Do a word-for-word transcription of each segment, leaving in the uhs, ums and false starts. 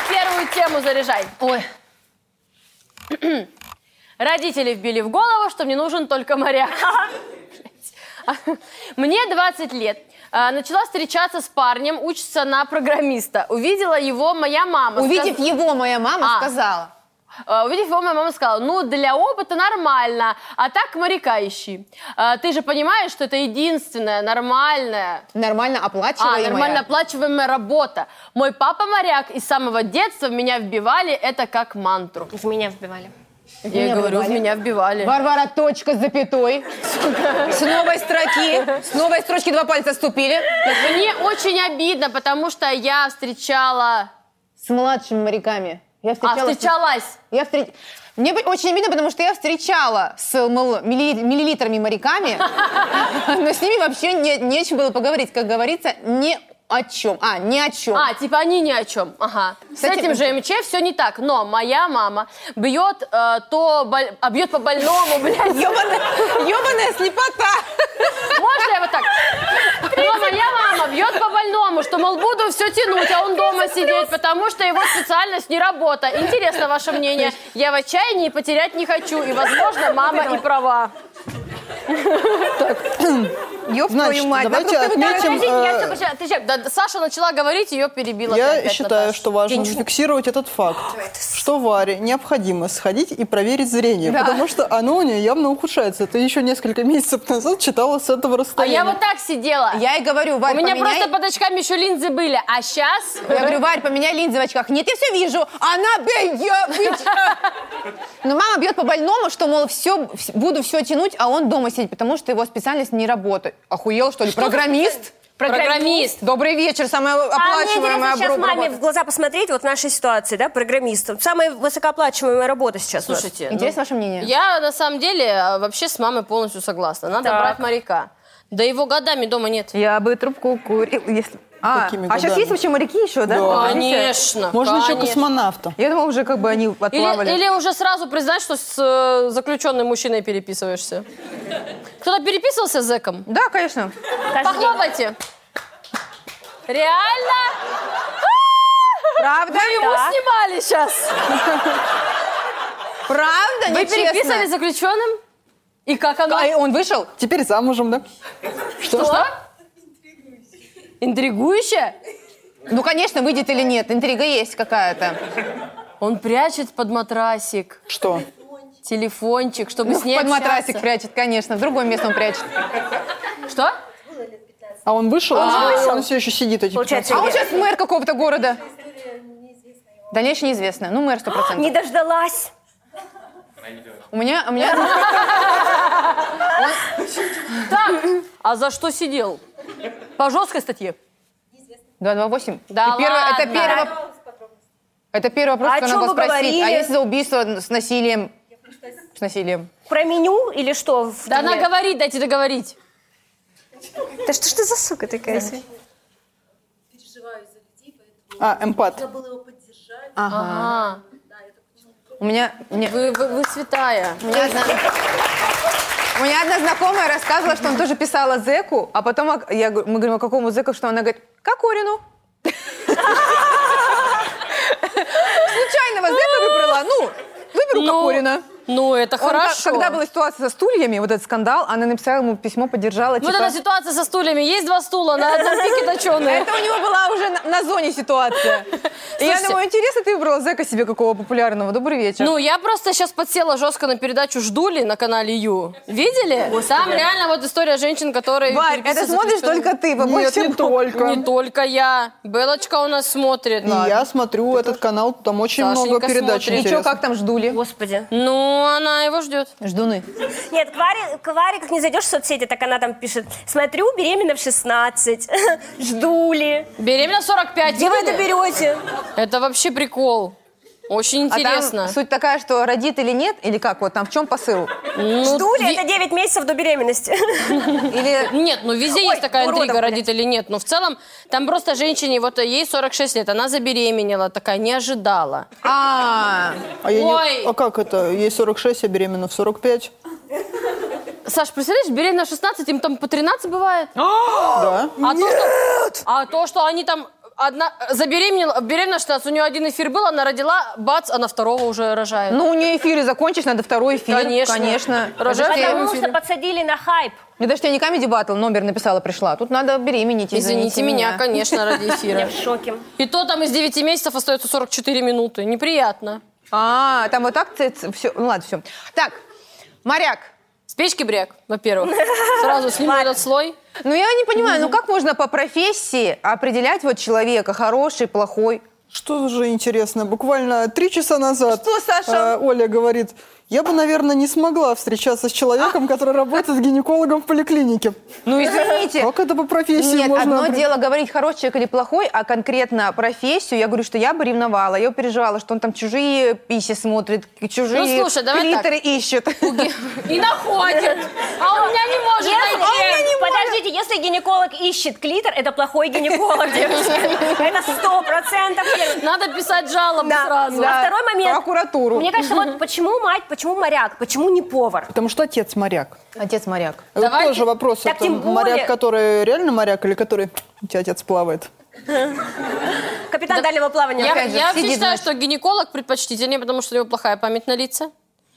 первую тему заряжай. Ой. Родители вбили в голову, что мне нужен только моряк. Мне двадцать лет. Начала встречаться с парнем, учится на программиста. Увидела его моя мама. Увидев сказ... его, моя мама а. сказала. Увидев его, моя мама сказала, ну, для опыта нормально, а так моряка ищи. Ты же понимаешь, что это единственная нормальная... Нормально оплачиваемая. А, нормально оплачиваемая работа. Мой папа моряк, и с самого детства в меня вбивали это как мантру. В меня вбивали. Я меня говорю, вбивали. в меня вбивали. Варвара, точка с запятой. С новой строки. С новой строчки два пальца ступили. Мне очень обидно, потому что я встречала... С младшими моряками. Я встречалась. А, встречалась. Я встреч... Мне очень обидно, потому что я встречала с мол, миллилитрами моряками, но с ними вообще не, нечем было поговорить. Как говорится, не о чем. А, ни о чем. А, типа они ни о чем. Ага. Кстати, с этим же МЧ все не так. Но моя мама бьет э, то... Боль... А бьет по больному, блядь. Ёбаная, ёбаная слепота. Можно я вот так? Но моя мама бьет по больному, что, мол, буду все тянуть, а он дома сидеть, потому что его специальность не работа. Интересно ваше мнение. Я в отчаянии потерять не хочу. И, возможно, мама и права. Так, ёб твою мать. Давайте отметим... Подождите, да, Саша начала говорить, ее перебила. Я считаю, что важно зафиксировать этот факт, что Варе необходимо сходить и проверить зрение, да. потому что оно у нее явно ухудшается. Ты еще несколько месяцев назад читала с этого расстояния. А я вот так сидела. Я и говорю, Варь, У меня поменяй... просто под очками еще линзы были, а сейчас... Я говорю, Варь, поменяй линзы в очках. Нет, я все вижу. Она бьет. Но мама бьет по больному, что, мол, все, буду все тянуть, а он дома сидит, потому что его специальность не работает. Охуел, что ли? Что Программист? Программист. Добрый вечер, самая оплачиваемая а мне сейчас работа. маме в глаза посмотреть, вот в нашей ситуации, да, программист. Самая высокооплачиваемая работа сейчас. Слушайте, интересно ну, ваше мнение? Я, на самом деле, вообще с мамой полностью согласна. Надо так. брать моряка. Да его годами дома нет. Я бы трубку курил, если... А, а сейчас есть вообще моряки еще, да? Да, конечно. Можно конечно. еще космонавта. Я думала, уже как бы они отплавали. Или, или уже сразу признать, что с э, заключенным мужчиной переписываешься. Кто-то переписывался с зэком? Да, конечно. Похлопайте. Реально? Правда? Вы его да. снимали сейчас. Правда? Вы переписывали с заключенным? И как оно? А он вышел? Теперь замужем, да? Что? Что? Интригующе? Ну, конечно, выйдет или нет. Интрига есть какая-то. Он прячет под матрасик. Что? Телефончик, чтобы ну, с ней под общаться. матрасик прячет, конечно. В другое место он прячет. Что? А он вышел? Он, а, вышел. он все еще сидит. Эти Получается, а он сейчас мэр какого-то города. Дальнейшее неизвестно. Ну, мэр сто процентов. Не дождалась. У меня... У меня... Так, а за что сидел? По жесткой статье? два два восемь. Да это ладно. Это первый, это первый вопрос, а который надо спросить. Говорили? А если за убийство с насилием? С насилием. Про меню или что? Да она говорит, дайте договорить. Да что ж ты за сука такая? Переживаю за людей, поэтому... А, эмпат. Надо было его поддержать. Ага. ага. У меня... Мне... Вы, вы, вы святая. У меня, одна... У меня одна знакомая рассказывала, что он тоже писала зэку, а потом я, мы говорим, а какому зэку, что она говорит, Кокорину. Случайного зэка выбрала, ну, выберу Кокорина. Ну, это Он, хорошо. Когда была ситуация со стульями, вот этот скандал, она написала ему письмо, поддержала. Вот типа... эта ситуация со стульями. Есть два стула, на одном пике точеные. Это у него была уже на, на зоне ситуация. И я думаю, интересно, ты выбрала зэка себе какого популярного. Добрый вечер. Ну, я просто сейчас подсела жестко на передачу «Ждули» на канале Ю. Видели? Там реально вот история женщин, которые... Варь, это смотришь только ты. Нет, не только. Не только я. Белочка у нас смотрит. И я смотрю этот канал, там очень много передач интересных. И что, как там Ждули? Господи. Ну, она его ждет. Ждуны. Нет, к Варе, к Варе, как не зайдешь в соцсети, так она там пишет: смотрю, беременна в шестнадцать, ждули. Беременна в сорок пять. Где вы это берете? Это вообще прикол. Очень интересно. А там суть такая, что родит или нет, или как? Вот там в чем посыл? Ну, Ждули, ви... это девять месяцев до беременности. Или... Нет, ну везде Ой, есть такая уродов, интрига, блядь. родит или нет. Но в целом там просто женщине, вот ей сорок шесть лет, она забеременела, такая, не ожидала. А, а, я Ой. Не... а как это? Ей сорок шесть, а беременна в сорок пять? Саш, представляешь, беременна в шестнадцать, им там по тринадцать бывает? Да. А то, что... а то, что они там... одна забеременела, беременна шестнадцать, у нее один эфир был, она родила, бац, она второго уже рожает. Ну, у нее эфиры закончились, надо второй эфир. Конечно. Конечно. Рожать Это ж Потому я- что подсадили на хайп. Мне даже тебе не Comedy Battle номер написала, пришла. Тут надо беременеть, Извините меня, конечно, ради Я эфира. в шоке. И то там из девяти месяцев остается сорок четыре минуты. Неприятно. А, там вот так все. Ну ладно, все. Так, моряк. С печки бряк, во-первых. Сразу сниму этот слой. Ну я не понимаю, ну как можно по профессии определять вот человека хороший, плохой? Что же интересно, буквально три часа назад Что, Саша? э, Оля говорит, я бы, наверное, не смогла встречаться с человеком, который работает гинекологом в поликлинике. Ну извините. Как это по профессии Нет, можно... одно определить? дело говорить, хороший человек или плохой, а конкретно профессию, я говорю, что я бы ревновала. Я переживала, что он там чужие писи смотрит, чужие Ну, слушай, давай клиторы ищет. И находит. А у меня не может Если- найти. Подождите, если гинеколог ищет клитор, это плохой гинеколог, девочки. Это сто процентов. Надо писать жалобу Да, сразу. да. второй момент. Прокуратуру. Мне кажется, вот почему мать, почему моряк, почему не повар? Потому что отец моряк. Отец моряк. Вот Давайте- тоже вопрос, Так это тем более- моряк, который реально моряк или который у тебя отец плавает? Капитан дальнего плавания. Я, Опять же, я вообще сидит, считаю, значит. что гинеколог предпочтительнее, потому что у него плохая память на лица.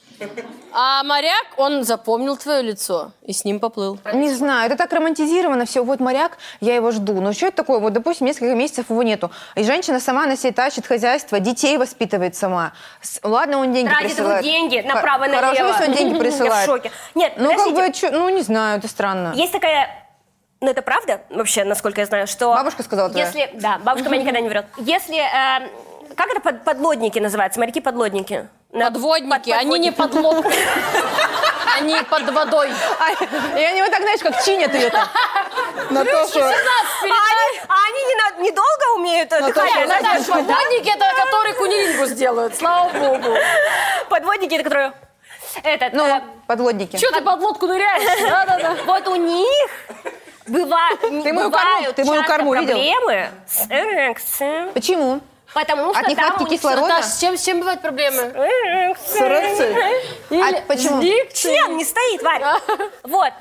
А моряк, он запомнил твое лицо и с ним поплыл. Не знаю, это так романтизировано все. Вот моряк, я его жду. Но что это такое? Вот, допустим, несколько месяцев его нету. И женщина сама на себе тащит хозяйство, детей воспитывает сама. С- Ладно, он деньги Тратит присылает. ему деньги Х- направо и налево. Хорошо, если он деньги Я в присылает. шоке. Нет, Ну, как подождите. бы, чё- ну, не знаю, это странно. Есть такая... Ну, это правда, вообще, насколько я знаю, что... Бабушка сказала твоя? Если... Да, бабушка моя никогда не врет. Если... э, как это под- подлодники называются? Моряки-подлодники. На- Подводники, под- они не подводники. под лодкой. Они под водой. А, и они вот так, знаешь, как чинят ее там. Наташа, А они, а они не на- недолго умеют э, дыхание Наташа, задерживать, да? подводники, это которые кунилингу сделают, слава богу. Подводники, это которые... Этот, Ну, э, подлодники. Че ты под лодку ныряешь? Да-да-да. вот у них быва- Ты мою бывают корму- ты мою часто корму видел? проблемы с эрекцией, Почему? потому что От нехватки там у них кислорода? Наташ, с чем, с чем бывают проблемы? эрекция. с эрекцией? Или почему? с дикцией? Член не стоит, Варь. Вот.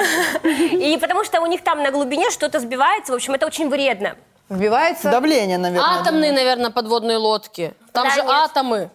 И потому что у них там на глубине что-то сбивается. В общем, это очень вредно. Вбивается? Давление, наверное. Атомные, наверное, подводные лодки. Там Да, же нет. атомы.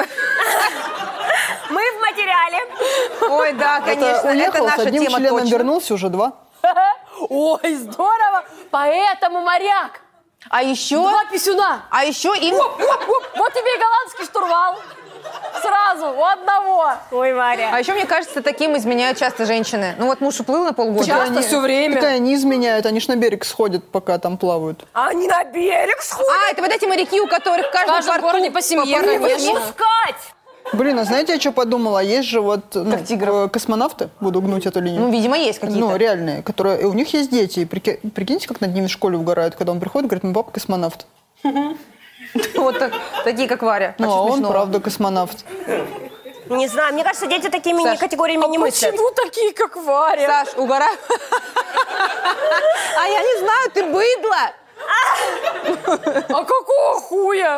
Мы в материале. Ой, да, конечно, Это это, уехал, с наша одним тема членом точно. вернулся, уже два. Ой, здорово! Поэтому моряк. А еще, Два писюна. а еще им... Вот тебе и голландский штурвал. Сразу, у одного. Ой, Варя. А еще, мне кажется, таким изменяют часто женщины. Ну вот муж уплыл на полгода. Часто, все время. Так они изменяют, они ж на берег сходят, пока там плавают. А они на берег сходят. А, это вот эти моряки, у которых в каждом, В каждом порту городе по семье, по- по- конечно. Пускать. Блин, а знаете, я что подумала? Есть же вот ну, тигров. э, космонавты, буду гнуть эту линию. Ну, видимо, есть какие-то. Ну, реальные, которые... И у них есть дети. И прики- прикиньте, как над ними в школе угорают, когда он приходит, говорит, мой папа космонавт. Вот так- такие, как Варя. Ну, Очень а он, смешного. правда, космонавт. Не знаю, мне кажется, дети такими Саш, категориями не мыслят. Почему такие, как Варя? Саш, угораю. А я не знаю, ты быдло. А какого хуя?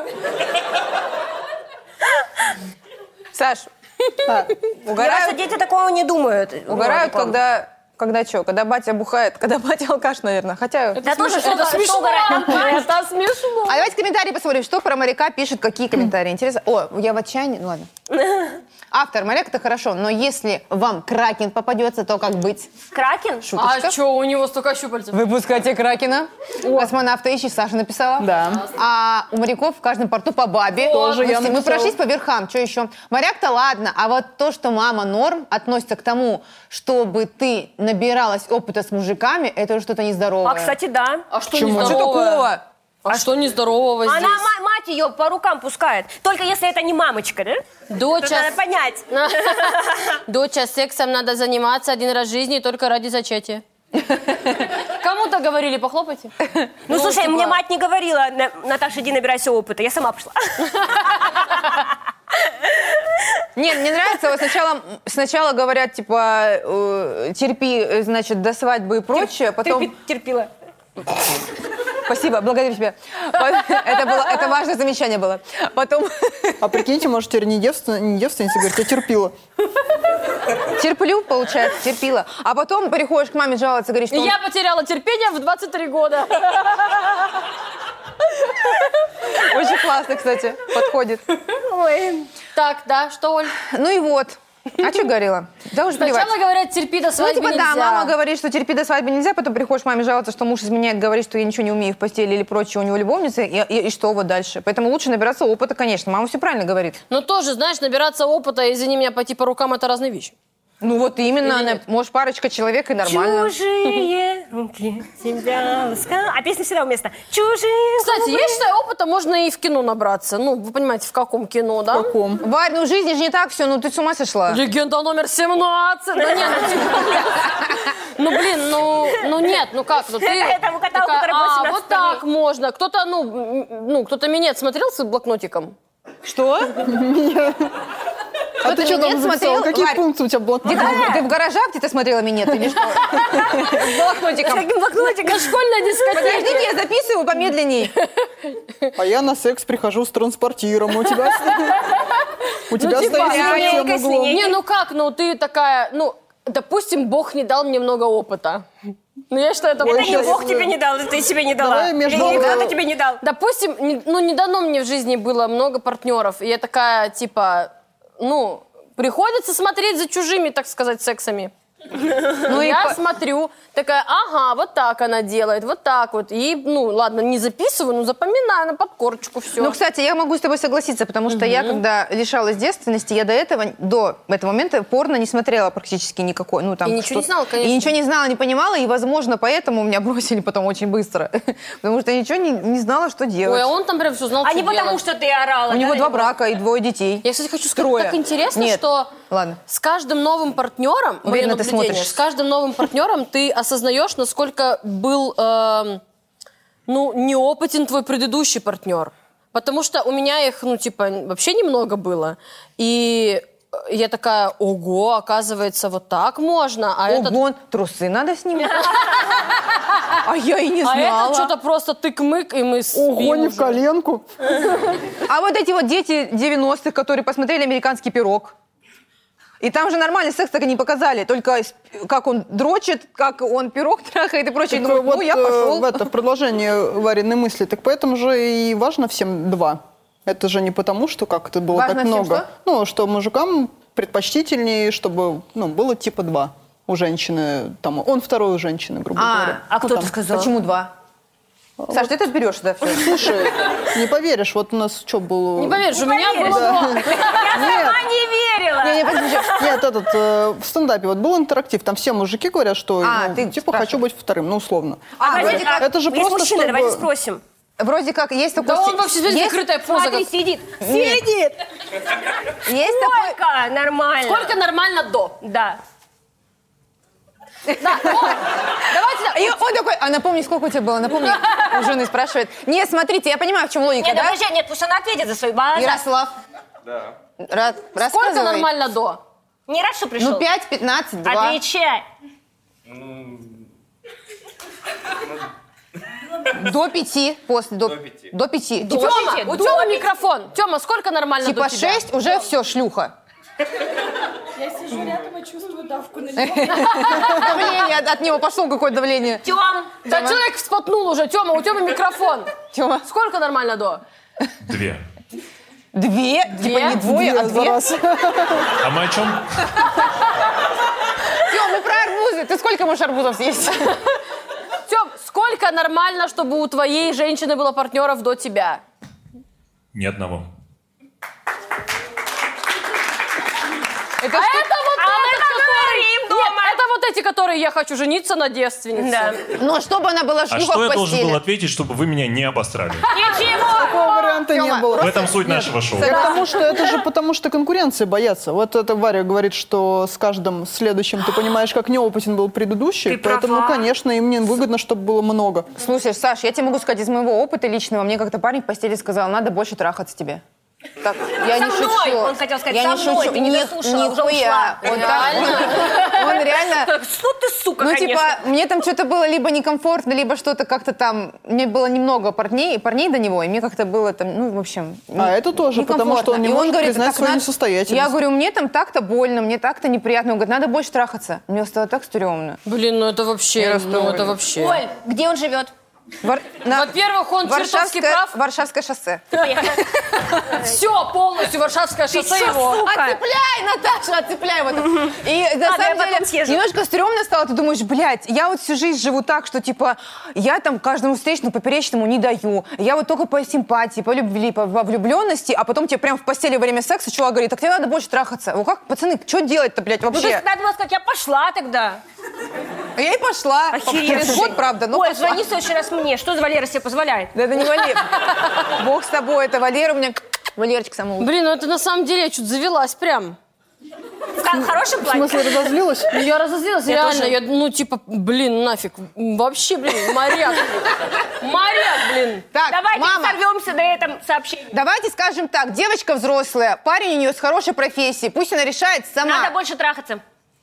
Саш, А, Мне кажется, угорают, дети такого не думают. угорают, Ну, когда... Когда что? Когда батя бухает? Когда батя алкаш, наверное. Хотя... Да тоже Это что смешно. угорать? Это смешно. А давайте комментарии посмотрим, что про моряка пишут, какие комментарии. Интересно. О, я в отчаянии. Ну ладно. Автор, моряк это хорошо, но если вам кракен попадется, то как быть? Кракен? Шуточка. А что, у него столько щупальцев? Выпускайте кракена. Космонавта ищи, Саша написала. Да. А у моряков в каждом порту по бабе. Тоже мы, я все- мы написала. прошлись по верхам, что еще? Моряк-то ладно, а вот то, что мама норм относится к тому, чтобы ты набиралась опыта с мужиками, это уже что-то нездоровое. А, кстати, да. А что Почему? Что нездорового? такого? А что нездорового здесь? Она, ма- мать ее по рукам пускает. Только если это не мамочка, да? Тут Доча, надо понять. доча, сексом надо заниматься один раз в жизни только ради зачатия. Кому-то говорили, похлопайте. Ну, слушай, типа- мне мать не говорила, «На- Наташа, иди набирайся опыта. Я сама пошла. Нет, мне нравится, вот сначала, сначала говорят, типа, э, терпи, э, значит, до свадьбы и прочее, потом... Терпи- Терпила. Спасибо, благодарю тебя. Это, было, это важное замечание было. Потом А прикиньте, может, теперь не, девствен... не девственница, говорит, я терпила. терплю, получается, терпила. А потом приходишь к маме жаловаться, говоришь, что... он- Я потеряла терпение в двадцать три года. Очень классно, кстати, подходит. Ой. Так, да, что, Оль? Ну и вот. А что говорила? Да уже плевать. Сначала говорят, терпи до Ну, свадьбы типа, нельзя. да, мама говорит, что терпи до свадьбы нельзя, потом приходишь маме жаловаться, что муж изменяет, говорит, что я ничего не умею в постели или прочее, у него любовница, и, и, и что вот дальше? Поэтому лучше набираться опыта, конечно. Мама все правильно говорит. Но тоже, знаешь, набираться опыта, извини меня, пойти по рукам, это разные вещи. Ну вот именно, она, может, парочка человек и нормально. Чужие руки тебя ласкают. А песня всегда уместна. Чужие Кстати, губы. я считаю, опыта можно и в кино набраться. Ну, вы понимаете, в каком кино, да? В каком? Варь, ну в жизни же не так все, ну ты с ума сошла. Легенда номер семнадцать. Да нет, ну типа, ну блин, ну, ну нет, ну как, ну ты Этому кота, у такая, которого а, восемнадцать вот так можно. Кто-то, ну, м, ну, кто-то минет смотрел с блокнотиком? Что? А ты что там «Минет» записала? смотрел? Какие Варь, пункты у тебя блокнот? Где-то ты в гаражах где-то смотрела «Минет» или что? С блокнотиком. Каким блокнотиком? На школьной дискотеке. Подождите, я записываю помедленней. А я на секс прихожу с транспортиром. У тебя у тебя типа, стоит линейка система с углом. линейкой. Не, ну как, ну ты такая, ну, допустим, Бог не дал мне много опыта. Ну я считаю, это Это не сейчас- Бог тебе не дал, это ты себе не дала. Давай между- Или кто-то тебе не дал. Допустим, не- ну не дано мне в жизни было много партнеров, и я такая, типа, ну, приходится смотреть за чужими, так сказать, сексами. Ну, и я по- смотрю, такая, ага, вот так она делает, вот так вот. И, ну, ладно, не записываю, но запоминаю на подкорочку все. Ну, кстати, я могу с тобой согласиться, потому что я, когда лишалась девственности, я до этого, до этого момента порно не смотрела практически никакой. Ну, там, И ничего не что- знала, конечно. И ничего не знала, не понимала, и, возможно, поэтому меня бросили потом очень быстро. Потому что я ничего не, не знала, что делать. Ой, а он там прям все знал, А что не потому, делать. что ты орала. У да, него на два брака и двое детей. Я, кстати, хочу сказать, Трое. так интересно, Нет. что Ладно. с каждым новым партнером, мое Уверена, ты наблюдение, смотришь. с каждым новым партнером ты осознаешь, насколько был, эм, ну, неопытен твой предыдущий партнер. Потому что у меня их, ну, типа, вообще немного было. И я такая, ого, оказывается, вот так можно. А этот, Ого, трусы надо снимать. А я и не а этот знала. что-то просто тык-мык, и мы спим Ого, не в уже. коленку. А вот эти вот дети девяностых, которые посмотрели «Американский пирог». И там же нормальный секс так и не показали. Только с- как он дрочит, как он пирог трахает и прочее. Так Думаю, вот, ну, я э, пошел. в это в продолжение Вариной мысли. Так поэтому же и важно всем два. Это же не потому, что как это было Важно так всем много. что? Ну, что мужикам предпочтительнее, чтобы ну, было типа два у женщины. Там, он второй у женщины, грубо А, говоря. а кто Ну, ты там. сказал? Почему два? Саш, ты это берешь, да, все? Слушай, не поверишь, вот у нас что было... Не поверишь, у меня поверишь. было... Я сама не верила. Не, не, подожди. Нет, этот, э, в стендапе вот был интерактив, там все мужики говорят, что А, ну, ты типа спрашиваешь. хочу быть вторым, ну условно. А, Подожди, вроде как, это же есть просто, мужчина, чтобы- давайте спросим. вроде как есть такой... Да он сте- вообще, смотрите, есть- закрытая поза. Смотри, как- сидит. Нет. Сидит. Есть такой... Сколько? Нормально. Сколько нормально до? Да. Да, о, давайте так. И он такой, а напомни, сколько у тебя было? Напомни, у жены спрашивает. Нет, смотрите, я понимаю, в чем логика, Нет, да? подожди, нет, пусть она ответит за свой базар. Ярослав. Да. Рад, Сколько рассказывай. нормально до? Не рад, что пришел? Ну, пять, пятнадцать, два. Отвечай. До пяти, после, до, пяти. До пяти. Типа, Тёма, Слушайте, у до Тёмы пяти. микрофон. Тёма, сколько нормально типа до тебя? шесть, уже все, шлюха. Я сижу рядом и чувствую давку на него. Давление, от, от него пошло какое-то давление. Тем. Да человек всплотнул уже. Тёма, у Тёмы микрофон. Тёма. Сколько нормально до? Две. Две? Типа не двое, Две а за две? раз. А мы о чем? Тём, мы про арбузы. Ты сколько можешь арбузов съесть? Тём, сколько нормально, чтобы у твоей женщины было партнеров до тебя? Ни одного. Это А что? это вот А мы этот, поговорим который... дома. Нет, это вот эти, которые я хочу жениться на девственнице. Да. Но чтобы она была А шлюха что в я должен постели. был ответить, чтобы вы меня не обосрали? Ничего. Такого варианта не Тёма, было. В этом суть нашего шоу. Потому что это же потому что конкуренции боятся. Вот это Варя говорит, что с каждым следующим ты понимаешь, как неопытен был предыдущий, Ты поэтому, права. конечно, им не выгодно, чтобы было много. Слушай, Саш, я тебе могу сказать из моего опыта личного, мне как-то парень в постели сказал, надо больше трахаться тебе. Так, я Со не мной, шучу. он хотел сказать, я со не мной, шучу. ты не Ни- дослушала, уже нихуя. ушла. Он, так- он реально... Что ты, сука, Ну, конечно. типа, мне там что-то было либо некомфортно, либо что-то как-то там... Мне было немного парней, парней до него, и мне как-то было там, ну, в общем... А это тоже, потому что он не некомфортно. И может говорит, признать так свою надо- несостоятельность. Я говорю, мне там так-то больно, мне так-то неприятно. Он говорит, надо больше трахаться. Мне стало так стрёмно. Блин, ну это вообще, Я ну расстроена. это вообще. Оль, где он живет? Вар- на- Во-первых, он чертовски Варшавское, прав. Варшавское шоссе. Все, полностью Варшавское шоссе чё, его. сука? Отцепляй, Наташа, отцепляй вот это. И на Ладно, я самом потом деле съезжу. немножко стрёмно стало. Ты думаешь, блядь, я вот всю жизнь живу так, что типа я там каждому встречному поперечному не даю. Я вот только по симпатии, по любви, по, по влюбленности, а потом тебе прям в постели во время секса чувак говорит, так тебе надо больше трахаться. Ну как, пацаны, что делать-то, блядь, Ну, то вообще? есть надо было сказать, я пошла тогда. А я и пошла. Охеревший. Через год, правда, но Ой, пошла. звони в следующий раз мне. Что за Валера себе позволяет? Да это не Валер. Бог с тобой, это Валера у меня. Валерчик самый лучший. Блин, ну это на самом деле я чуть завелась прям. В ка- хорошем В плане? смысле, разозлилась? Ну, я разозлилась, Я реально. тоже. Я, ну, типа, блин, нафиг. Вообще, блин, моряк. Моряк, блин. Так, Давайте мама, сорвемся на этом сообщении. давайте скажем так, девочка взрослая, парень у нее с хорошей профессией, пусть она решает сама. Надо больше трахаться.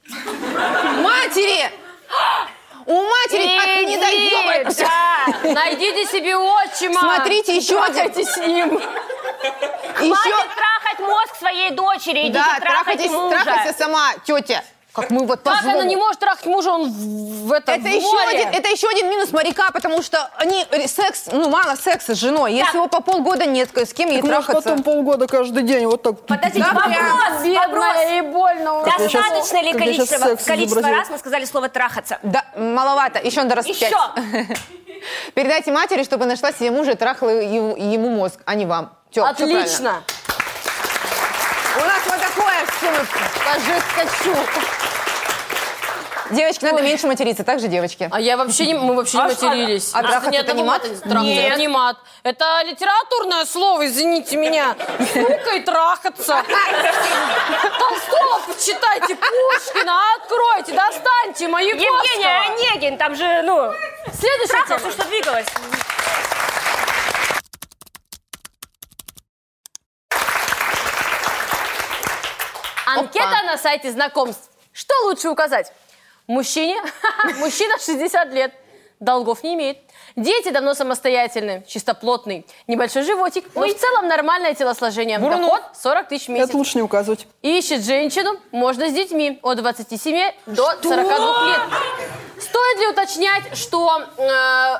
Матери! У матери как не доебаешься. да. Найдите себе отчима. Смотрите, еще один. Трахайтесь с ним. Еще... Хватит трахать мозг своей дочери. Идите Да, трахайте трахайтесь, мужа. трахайся сама, тетя. Как мы вот Как по-злому. она не может трахать мужа, он в, в этом Это в еще, море. один, это еще один минус моряка, потому что они э, секс, ну мало секса с женой. Если Так. его по полгода нет, с кем ей Так может трахаться? потом полгода каждый день вот так. Подождите, Да, вопрос, вопрос. Бедная и больно. я щас- Достаточно ли как я щас количество, секс количество изобразил. раз мы сказали слово «трахаться»? Да, маловато, еще надо раз Еще. пять. Передайте матери, чтобы нашла себе мужа и трахала ему, ему мозг, а не вам. Тё, всё правильно. Отлично. У нас вот такое все. Ожесточу. Девочки, надо меньше материться, так же девочки. А я вообще не, мы вообще не А матерились. а трахаться Ни это одного не мат? мата- Трахаться Нет. это не мат. Это литературное слово, извините меня. Сука и трахаться. Толстого почитайте, Пушкина, откройте, достаньте Маяковского. Евгений Онегин, там же, ну, Следующая трахал, тема. все, что двигалось. Анкета на сайте знакомств. Что лучше указать? Мужчине, мужчина шестьдесят лет, долгов не имеет. Дети давно самостоятельны, чистоплотный, небольшой животик, но в целом нормальное телосложение. Доход сорок тысяч в месяц. Это лучше не указывать. Ищет женщину, можно с детьми, от двадцати семи до сорока двух лет. Стоит ли уточнять, что... э,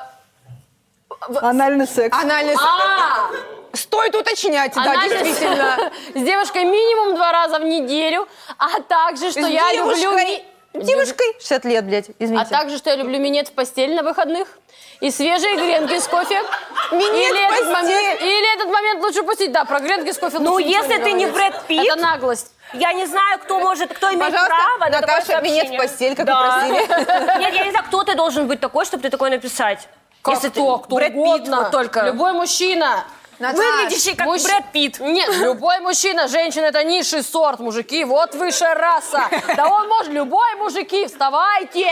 Анальный секс. Анальный... а, Стоит уточнять, да, анальный действительно. с девушкой минимум два раза в неделю, а также, что С я люблю... девушкой. ми- Девушкой шестьдесят лет, блядь, А извините. также, что я люблю минет в постель на выходных и свежие гренки с кофе. Минет или в этот постель. момент, или этот момент лучше пустить. Да, про гренки с кофе Ну, лучше ничего если ты не говорить. Брэд Питт, Это наглость. я не знаю, кто может, кто имеет Пожалуйста, право на такое Наташа, минет в сообщение. постель, как Да. вы просили. Нет, я не знаю, кто ты должен быть такой, чтобы ты такое написать. Как Если кто? ты Кто Брэд Питт угодно. вот только. Любой мужчина. Наташ, Выглядящий как Мужч- Брэд Питт. Нет, любой мужчина. Женщина — это низший сорт. Мужики — вот высшая раса. Да он может, любой мужики. Вставайте!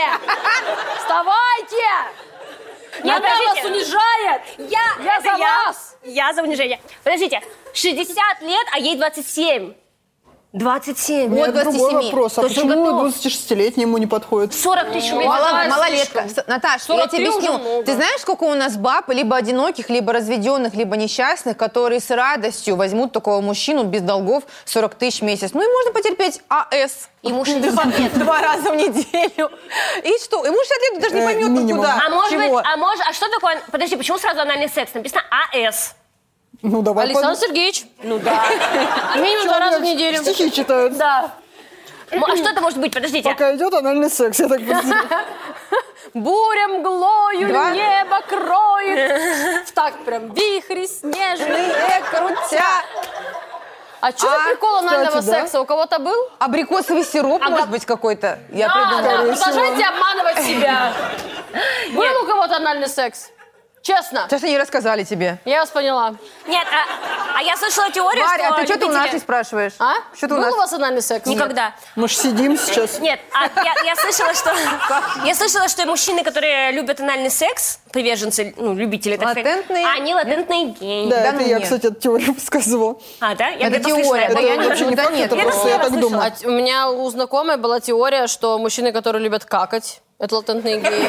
Вставайте! Нет, Она вас подождите. унижает. Я, Я это за я. вас. Я за унижение. Подождите, шестьдесят лет, а ей двадцать семь. двадцать семь. Вот Это другой двадцать семи. вопрос. А То есть он почему готов. двадцатишелетнему не подходит? сорок тысяч рублей. Мало- давай малолетка. слишком. С- Наташ, я сорок три тебе уже объясню. много. Ты знаешь, сколько у нас баб, либо одиноких, либо разведенных, либо несчастных, которые с радостью возьмут такого мужчину без долгов сорок тысяч в месяц. Ну и можно потерпеть АС. Ему шестьдесят лет. Два раза в неделю. И что? Ему шестьдесят лет, ты даже не Э, поймет, минимум. куда. А может Чего? быть, а может, а что такое? Подожди, почему сразу анальный секс? Написано АС. Ну, давай. Александр под- Сергеевич. Ну да. Минимум два раза в неделю. Стихи читают. Да. М, А что это может быть? Подождите. Пока идет анальный секс, я так подозреваю. Буря мглою Два. небо кроет. В такт прям вихри снежные. Крутя. А что за А, прикол анального кстати, да. секса? У кого-то был? Абрикосовый сироп, может быть, какой-то? Я А, придумала. да, Скорее продолжайте обманывать себя. Был у кого-то анальный секс? Честно. Сейчас они рассказали тебе. Я вас поняла. Нет, а, а я слышала теорию, Варя, что а ты что ты у нас любители- не спрашиваешь? А? Что ты у Был нас? у вас анальный секс? Никогда. Мы ж сидим сейчас. Нет, а я, я слышала, что я слышала, что мужчины, которые любят анальный секс, приверженцы, ну, любители, так сказать, Латентные? они латентные геи. Да, Да это ну я, нет. кстати, эту теорию высказывала. А, да? Я Это где-то слышала. теория, Я да, вот- я не- Вообще не да факт, нет. это Я просто я тоже так слышала. думаю. А т- у меня у знакомой была теория, что мужчины, которые любят какать, это латентные геи.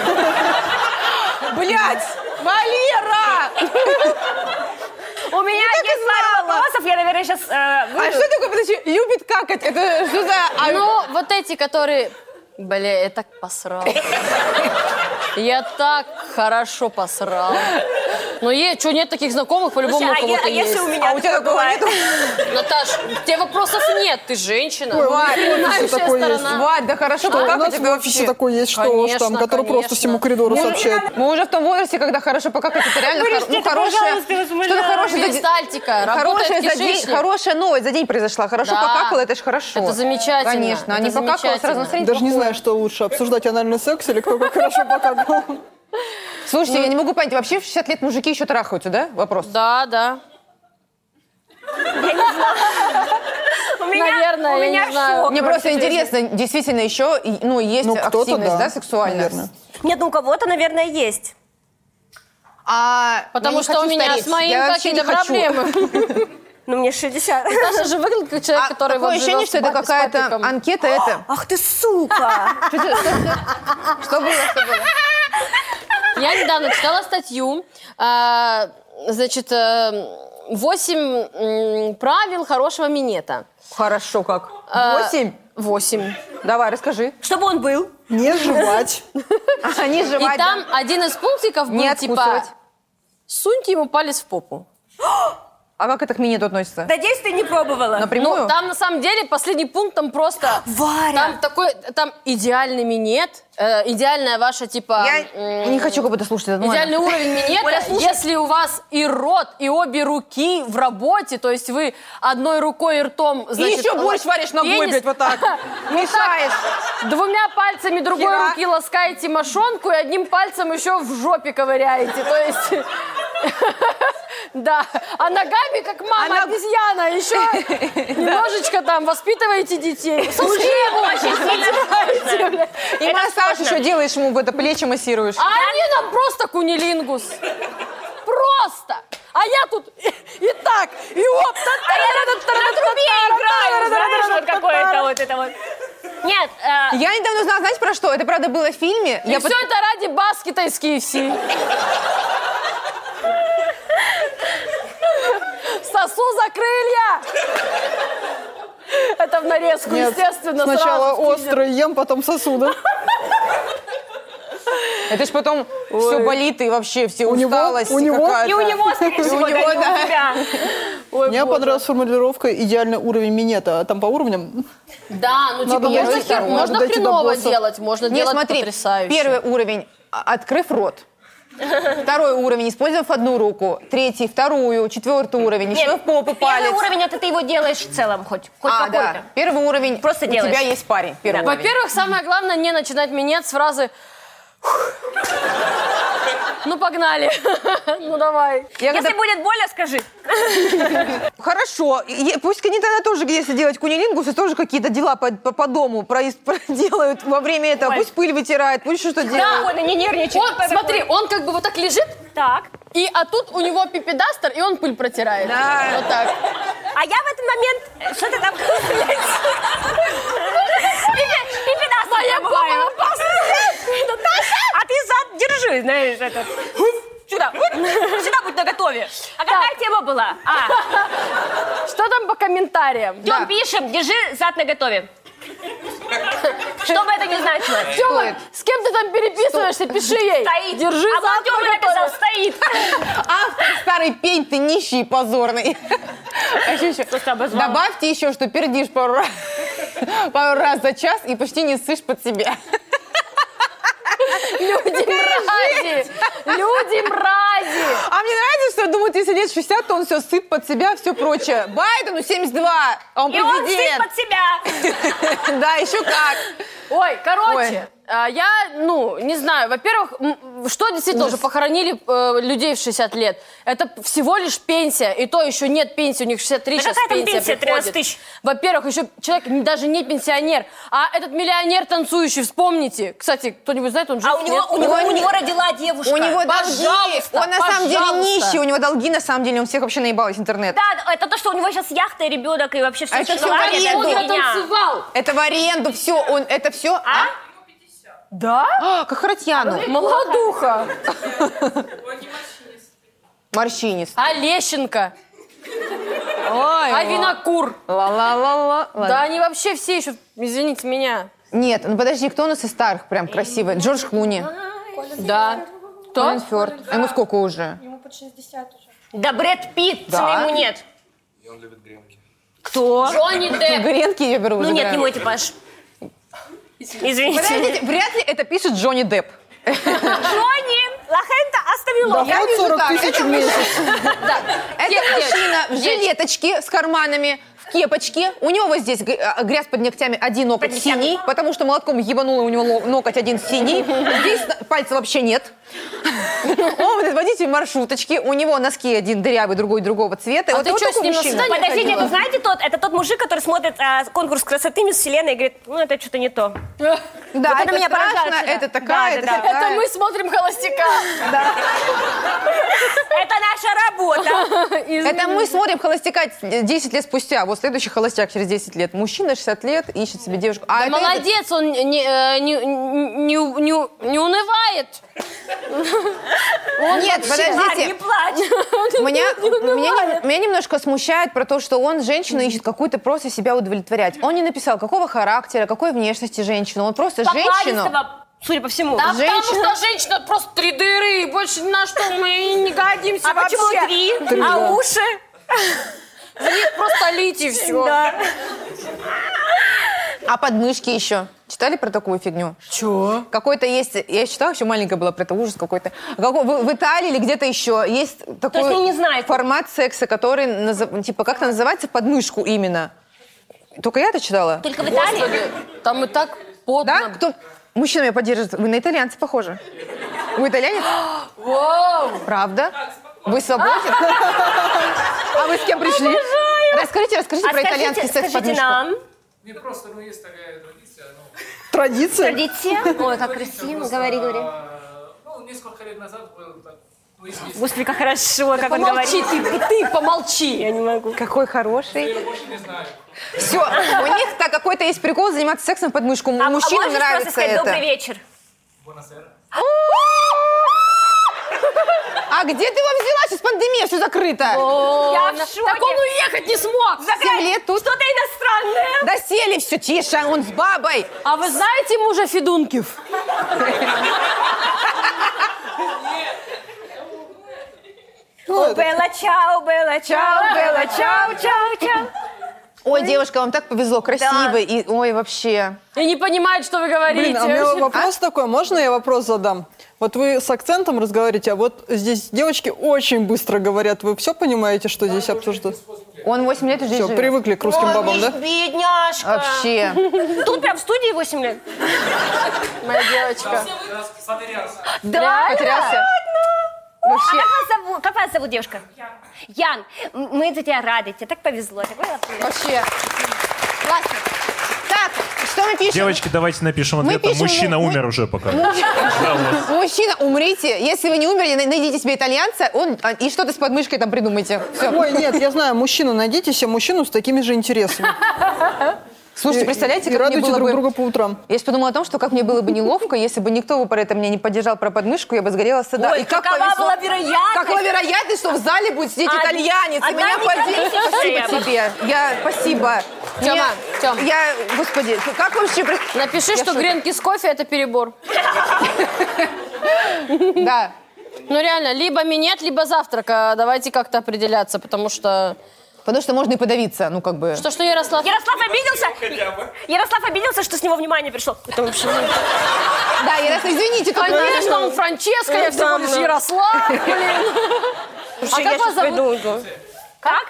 Блять! Валера! У меня есть пару вопросов, я, наверное, сейчас... А что такое, подожди, любит какать? Это что за... а- Ну, вот эти, которые... Бля, я так посрал. Я так хорошо посрал. Но е, что, нет таких знакомых, по-любому у Слушай, а, кого-то е- а есть. если у меня А у тебя такого бывает? нету? Наташ, у тебя вопросов нет, ты женщина. Ой, у нас Знающая все такое есть. сторона. Вадь, да хорошо, Что, как у нас у в тебя офисе вообще? такой есть, что Конечно, ж там, который конечно. просто всему коридору сообщает. Мы уже в том возрасте, когда хорошо покакать, это реально хоро- ну, это, хорошая, пожалуйста, я вас умоляю. что-то хорошее за день. Перистальтика, работает Хорошая, за день, кишечник. хорошая новость за день произошла. Хорошо Да. покакала, это же хорошо. Это замечательно. Конечно, а Это не покакала, сразу замечательно. настроение Даже не плохое. знаю, что лучше, обсуждать анальный секс или кто как хорошо покакал. Слушайте, я не могу понять, вообще в шестьдесят лет мужики еще трахаются, да? Вопрос. Да, да. У меня, Наверное, у я меня не знаю. шок. Мне вообще, просто честно. интересно, действительно еще, и- ну, есть Ну, кто-то активность, да, да, сексуальная? наверное. Нет, ну у кого-то, наверное, есть. А, Потому я не что хочу у меня стареть. с моим Я вообще какие-то не хочу. проблемы. Ну, мне шестьдесят. Саша же выглядит как человек, А который такое вот ощущение, живет что с это пап- с какая-то папиком. анкета, это... Ах ты сука! Что было, что было? Я недавно читала статью, а, значит, э, восемь м, правил хорошего минета. Хорошо, как? А, Восемь? Восемь. Давай, расскажи. Чтобы он был. Не жевать. А, не И жевать, там да. один из пунктиков был, Не типа, откусывать. суньте ему палец в попу. А как это к минету относится? Надеюсь, ты не пробовала. Напрямую? Ну, там на самом деле последний пункт, там просто... Варя! Там такой, там идеальный минет, э, идеальная ваша, типа... Я м, не хочу как будто слушать это. ну Идеальный ладно. уровень минета, Оля, слушай. если у вас и рот, и обе руки в работе, то есть вы одной рукой и ртом, И значит... еще борщ варишь ногой, пенис- блядь, вот так. Мешаешь. Двумя пальцами другой Хера. руки ласкаете мошонку и одним пальцем еще в жопе ковыряете. То есть... Да. А ногами, как мама А ног- обезьяна, еще немножечко там воспитываете детей. Слушай, очень сильно сложно. И Это массаж сложно. еще делаешь ему, в это плечи массируешь. а они нам просто кунилингус. Просто. А я тут и, и так, и оп. А я на трубе играю, знаешь, вот какое-то вот это вот. Нет, э, Я недавно узнала, знаете, про что? Это, правда, было в фильме. И Я все под- это ради баскета из ки эф си. Сосу за крылья. Это в нарезку, Нет, естественно, сначала сразу в тизер. острый ем, потом сосуды. Это ж потом все болит и вообще все У него- усталость у него- какая-то. и у него, скорее И у всего, да, него, не у да. тебя. Ой, Мне боже. понравилась формулировка «идеальный уровень минета». А там по уровням? Да, ну типа Надо можно, дойти, хер- надо можно дойти до хреново босса. делать, можно Не, делать смотри, потрясающе. первый уровень – открыв рот. Второй уровень – использовав одну руку. Третий – вторую. Четвертый уровень – еще в попу палец. Первый уровень, это ты его делаешь в целом хоть, хоть А, какой-то. да. Первый уровень – Просто у делаешь. тебя есть парень. Первый уровень. Во-первых, самое главное не начинать минет с фразы «Ну, погнали». Ну, давай. Я Если когда- будет больно, скажи. Хорошо. И пусть они тогда тоже, если делать кунилингусы, тоже какие-то дела по, по, по дому проис- проделают во время этого. Ой. Пусть пыль вытирает, пусть что-то делает. Спокойно, не нервничай. Он, смотри, он как бы вот так лежит, Так. и, а тут у него пипедастер, и он пыль протирает. Да. Вот так. А я в этот момент... Что ты там... Пипедастер Моя пробываю. попа А ты зад держи, знаешь, этот... Сюда, сюда будь наготове. А какая тема была? А, Что там по комментариям? Тём, пишем, держи зад наготове. Что бы это ни значило. Тёма, с кем ты там переписываешься? Пиши ей. Стоит. Держи а зад вот Тёма наготове. написал, стоит. Автор старый пень, ты нищий и позорный. А еще, еще. Просто обозвала. Добавьте еще, что пердишь пару раз, пару раз за час и почти не ссышь под себя. Люди мрази! Люди мрази! А мне нравится, что думают, если лет шестьдесят, то он все сыт под себя, все прочее. Байдену семьдесят два, а он И он сыт президент. под себя. Да, еще как. Ой, короче, Ой. а, я, ну, не знаю, во-первых, м, что действительно уже похоронили э, людей в шестьдесят лет? Это всего лишь пенсия, и то еще нет пенсии, у них шестьдесят три Да сейчас какая там пенсия пенсия, тринадцать приходит. тысяч? Во-первых, еще человек не- даже не пенсионер, а этот миллионер танцующий, вспомните. Кстати, кто-нибудь знает, он жив? А у него, Нет? у него, У у него- него родила девушка. У него долги. Пожалуйста, Он на самом деле пожалуйста. нищий, у него долги на самом деле, он всех вообще наебал из интернета. Да, это то, что у него сейчас яхта и ребенок, и вообще все А это всё желание, в это Он аренду. ее фигня. танцевал. Это в аренду, все, он, это все. А? Да? А, как Харатьяну. Молодуха. Морщинист. А Лещенко? Ой, А Винокур? ла-ла-ла-ла. Да они вообще все еще, извините меня. Нет, ну подожди, кто у нас из старых прям красивый? Джордж Клуни. Да. Кто? Колин Фёрд. А ему сколько уже? Ему под шестьдесят уже. Да Брэд Питт, Да. ему нет. И он любит гренки. Кто? Джонни Депп. Гренки я беру. Ну нет, забираю. не мой типаж. Извините. Подождите, вряд ли это пишет Джонни Депп. Джонни, Лахента оставила. Я Доход вижу сорок так, тысяч это в месяц. Это Девочки, мужчина в жилеточке с карманами, в кепочке. У него вот здесь г- а, грязь под ногтями, один ноготь Под ногтями. синий, потому что молотком ебануло, у него ло- ноготь один синий. Здесь пальца вообще нет. Он вот водитель маршруточки, у него носки один дырявый, другой другого цвета. А Вот ты вот что, такой с ним на мужчина. свидание Подождите, ходила? это знаете тот, это тот мужик, который смотрит а, конкурс красоты Мисс Вселенной и говорит, ну это что-то не то. Да, Вот это, это меня поражает страшно, всегда. это такая, Да, это да, да. такая. Это мы смотрим «Холостяка». Это наша работа. Это мы смотрим «Холостяка» десять лет спустя. Вот следующий «Холостяк» через десять лет. Мужчина шестьдесят лет ищет себе девушку. А Да это- молодец, он не, э, не, не, не, не унывает. Нет, Ладно, не подождите. плачь. Меня, меня, нем- меня немножко смущает про то, что он женщину ищет какую-то просто себя удовлетворять. Он не написал, какого характера, какой внешности женщина. Он просто женщину... Покладистого, судя по всему. Да Женщина- потому что женщина просто три дыры, и больше ни на что мы не годимся А вообще. почему три? А уши? В них просто лить и все. Да. А подмышки еще. Читали про такую фигню? Чего? Какой-то есть... Я читала, еще маленькая была про это, ужас какой-то. Какой- в, в Италии или где-то еще есть такой есть они не знают. формат секса, который, назов- типа, как это называется? Подмышку именно. Только я это читала? Только в Италии? Господи, там и так Да? потно. Кто? Мужчина меня поддержит. Вы на итальянца похожи. Вы итальянец? Вау! Правда? Вы свободен? А вы с кем пришли? Расскажите, расскажите А про скажите, итальянский секс скажите подмышку. нам. Не просто, ну, есть такая традиция, ну, Традиция. Традиция. Ой, как красиво. Говори, говори. а, ну, несколько лет назад был так, ну, известный. Господи, как хорошо, как он Помолчи, говорит. ты, ты помолчи. Я не могу. Какой хороший. Я больше не знаю. Все, у них так какой-то есть прикол заниматься сексом в подмышку. А, Мужчинам а можешь нравится просто сказать это. добрый вечер? Бонасера. А где ты его взяла? Сейчас пандемия, все закрыто. Я в шоке. Так он уехать не смог. Семь лет тут. Что-то иностранное. Да сели, все тише, он с бабой. А вы знаете мужа Федункив? О, Белла, чао, Белла, чао, Белла, чао, чао, чао. Ой, девушка, вам так повезло, красивый. И, ой, вообще. И не понимает, что вы говорите. Блин, а у меня вопрос такой, можно я вопрос задам? Вот вы с акцентом разговариваете, а вот здесь девочки очень быстро говорят. Вы все понимаете, что здесь обсуждают? Он восемь лет уже Все, живет. привыкли к русским бабам, да? Бедняжка. Вообще. Тут прям в студии восемь лет. Моя девочка. Потерялся. Да? Потерялся? А Вообще. как вас зовут, как вас зовут, девушка? Ян. Ян, м- мы за тебя рады, тебе так повезло. Такой лапуль. Вообще. Классно. Так, что мы пишем? Девочки, давайте напишем Мы ответ. пишем, Мужчина мы- умер уже пока. Да, вот. Мужчина, умрите. Если вы не умерли, най- найдите себе итальянца он, а, и что-то с подмышкой там придумайте. Все. Ой, нет, я знаю, мужчину найдите себе мужчину с такими же интересами. Слушайте, И- представляете, и как мне радуйте было друг бы... друга по утрам. Я сейчас подумала о том, что как мне было бы неловко, если бы никто бы про это меня не поддержал про подмышку, я бы сгорела с стыда. Ой, И как какова повезло- была вероятность? Какова вероятность, что в зале будет сидеть Од- итальянец, и одна меня поддержит? микротысяча. Спасибо тебе. Я, спасибо. Тёма, Мне- Тём. Я, господи, как вообще... при- Напиши, Я что в шоке. гренки с кофе это перебор. Да. Ну реально, либо минет, либо завтрака. Давайте как-то определяться, потому что... Потому что можно и подавиться, ну как бы... Что, что, Ярослав? Ярослав обиделся? Ярослав обиделся, что с него внимание пришло. Это вообще... Да, Ярослав, извините, тут Конечно, он Франческо, я всего лишь Ярослав, блин. А я как вас щас пойду зовут? уйду. Как?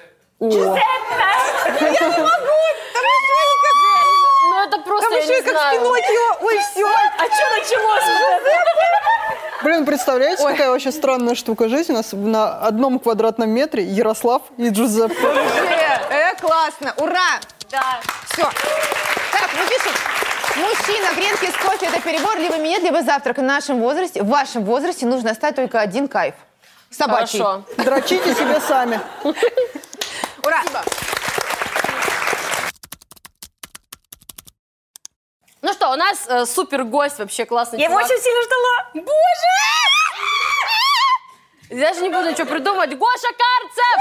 Ну это просто, Там я еще не и как в знаю. Пиноккио. Ой, все. А что началось? Блин, представляете, какая вообще странная штука жизни? У нас на одном квадратном метре Ярослав и Джузеппе. Э, классно, ура. Да. Все. Так, мы пишем. Мужчина, гренки с кофе – это перебор, либо минет, либо завтрак. В нашем возрасте, в вашем возрасте нужно оставить только один кайф. Собачий. Хорошо. Дрочите себе сами. Ура. Ну что, у нас э, супер гость, вообще классный Я его чувак. очень сильно ждала. Боже! Даже не буду ничего придумывать. Гоша Карцев!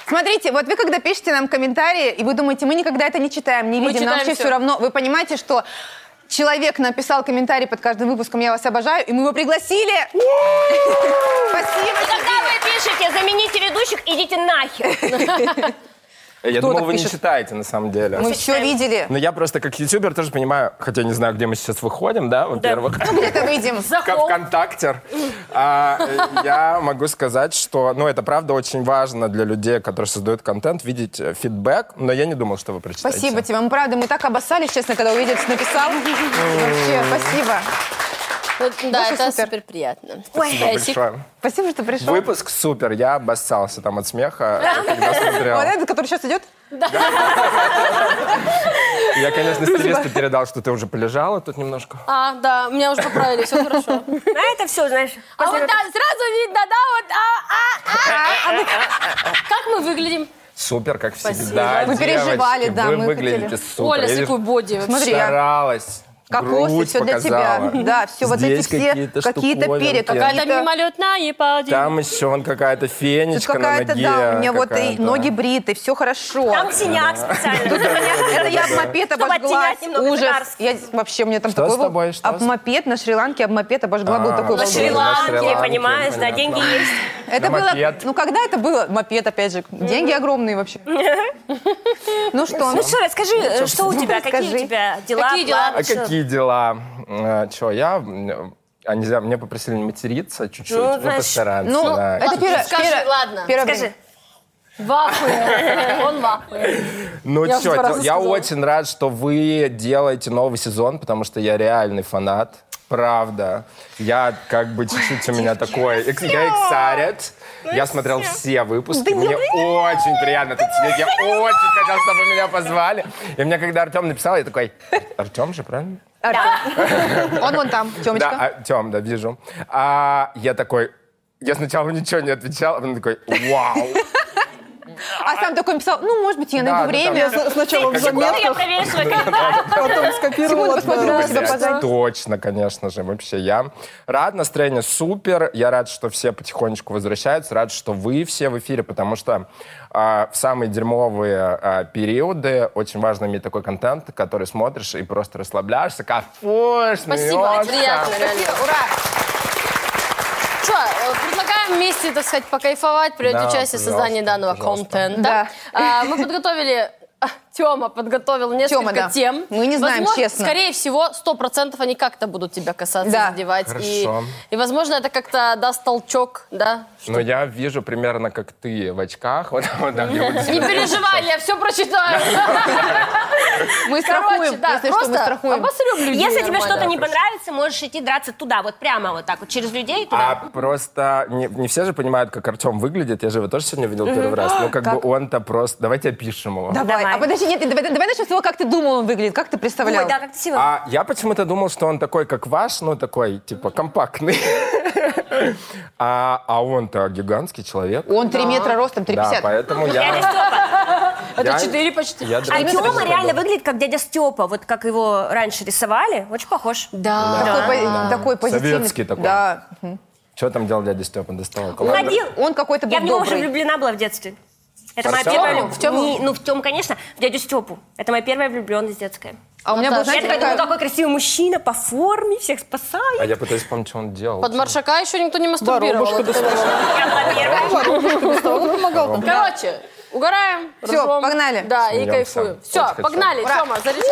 Смотрите, вот вы когда пишете нам комментарии, и вы думаете, мы никогда это не читаем, не Мы видим, нам читаем вообще всё. все равно. Вы понимаете, что человек написал комментарий под каждым выпуском «Я вас обожаю», и мы его пригласили. Спасибо. Когда вы пишете «замените ведущих», идите нахер. Я Кто думал, так вы не пишет? читаете, на самом деле. Мы все видели. Но я просто как ютубер тоже понимаю, хотя не знаю, где мы сейчас выходим, да, во-первых. Ну, где-то выйдем. Как ВКонтактер. А, я могу сказать, что, ну, это правда очень важно для людей, которые создают контент, видеть э, фидбэк, но я не думал, что вы прочитаете. Спасибо тебе. Мы, правда, мы так обоссались, честно, когда увидели, что написал. Вообще, спасибо. Вот, да, Вообще это супер. супер приятно. Спасибо большое. Спасибо, что пришел. Выпуск супер, я обоссался там от смеха, когда смотрел. Вот этот, который сейчас идет? Я, конечно, стилисту передал, что ты уже полежала тут немножко. А, да, меня уже поправили, все хорошо. На это все, знаешь. А вот так сразу видно, да, вот, а, а, а, а мы- как мы выглядим? Супер, как Спасибо. всегда, Мы переживали, девочки, да, вы мы выглядите хотели. супер. Оля, Я с вижу, какой боди вообще. Смотри, я- старалась. Кокосы, грудь все для тебя. показала. Да, все вот эти Здесь все какие-то какие-то штуковинки. перья, Какая-то какие-то... мимолетная пади. Там еще вон какая-то Тут фенечка на какая-то, ноге. да, у меня вот и какая-то. ноги бриты, все хорошо. Там синяк специально. Это я об мопед Чтобы обожглась. оттенять немного Ужас. лекарств. Я вообще, у меня там Что такой с тобой? был Что об с- мопед на Шри-Ланке, об мопед обожгла, был А, такой на На волдырь. Шри-Ланке. Шри-Ланке, Шри-Ланке, понимаешь, да, понятно. деньги есть. Это На было, мопед. ну когда это было? Мопед, опять же. Деньги огромные вообще. Ну что? Ну что, расскажи, что у тебя, какие расскажи. у тебя дела, Какие дела? планы, А что? какие дела? Че, я... м, А нельзя, мне попросили не материться чуть-чуть, Ну, ну, знаешь, постараемся, Ну, да. это первое. Скажи, первое- ладно. первое Скажи. время. В ахуе. Он в ахуе. Ну Я что, уже сразу я сказала. очень рад, что вы делаете новый сезон, потому что я реальный фанат. Правда. Я как бы чуть-чуть у меня такой... экс- Я excited. Я смотрел все выпуски. Мне очень приятно тут сидеть. Я очень хотел, чтобы меня позвали. И мне, когда Артем написал, я такой... Артем же, правильно? Артем. Он вон там, Тёмочка. Да, а, Тем, да, вижу. А, я такой... Я сначала ничего не отвечал, а потом такой, вау. А сам такой написал, ну, может быть, я Да, найду да, время. там- С- Сначала в Я заметках, проверю свой комментарий. потом скопировала. Секунду, посмотрю на отправила. себя позади. Точно, конечно же, вообще я рад, настроение супер, я рад, что все потихонечку возвращаются, рад, что вы все в эфире, потому что а, в самые дерьмовые а, периоды очень важно иметь такой контент, который смотришь и просто расслабляешься, кайфуешь, Спасибо, смеешься. приятно, реально. Ура! Что, э, предлагаем вместе, так сказать, покайфовать, принять Да, участие в пожалуйста, создании данного пожалуйста. контента. Да. А, мы подготовили... Тёма подготовил несколько Тёма, да. тем. Мы не знаем, Возможно, честно. Скорее всего, сто процентов они как-то будут тебя касаться, Да. задевать. И, Хорошо. и, возможно, это как-то даст толчок, да? Но я вижу примерно как ты в очках. Вот, вот, да, где вот Не переживай, я все прочитаю. Мы Короче, страхуем, да, если что, мы просто страхуем. обосрем людей Если тебе нормально. что-то не понравится, можешь идти драться туда, вот прямо вот так вот, через людей А туда. просто не, не все же понимают, как Артем выглядит. Я же его тоже сегодня видел первый раз. Ну, как, бы он-то просто... Давайте опишем его. Давай. Давай. А подожди, нет, давай, давай начнем с того, как ты думал, он выглядит, как ты представлял. Ой, да, как красиво. А я почему-то думал, что он такой, как ваш, ну, такой, типа, компактный. А, а он-то гигантский человек. Он три метра ростом, три Да, пятьдесят. поэтому Дядя я... Степа. Это я- четыре почти. я А думаю, Тёма что реально это выглядит как дядя Степа, вот как его раньше рисовали. Очень похож. Да. Такой, по- такой позитивный. Советский такой. Да. Что там делал дядя Степа? Доставал колонку? Ходил. Он какой-то был Я в него уже добрый. влюблена была в детстве. Это моя Артёма? первая любовь. В Тёму? Не, ну, в Тёму, конечно, в дядю Степу. Это моя первая влюбленность детская. А у меня был, Наташа, знаете, Я такая, какая... ну, какой красивый мужчина, по форме, всех спасает. А я пытаюсь вспомнить, что он делал. Под маршака еще никто не мастурбировал. Воробушка Вот это доставала. Я была первая. Воробушка доставала, помогал там. Короче, угораем, Всё, ржём. погнали. Да, и Смеёмся. кайфуем. Все, Очень хочу. погнали, Ура. Тёма, заряжай.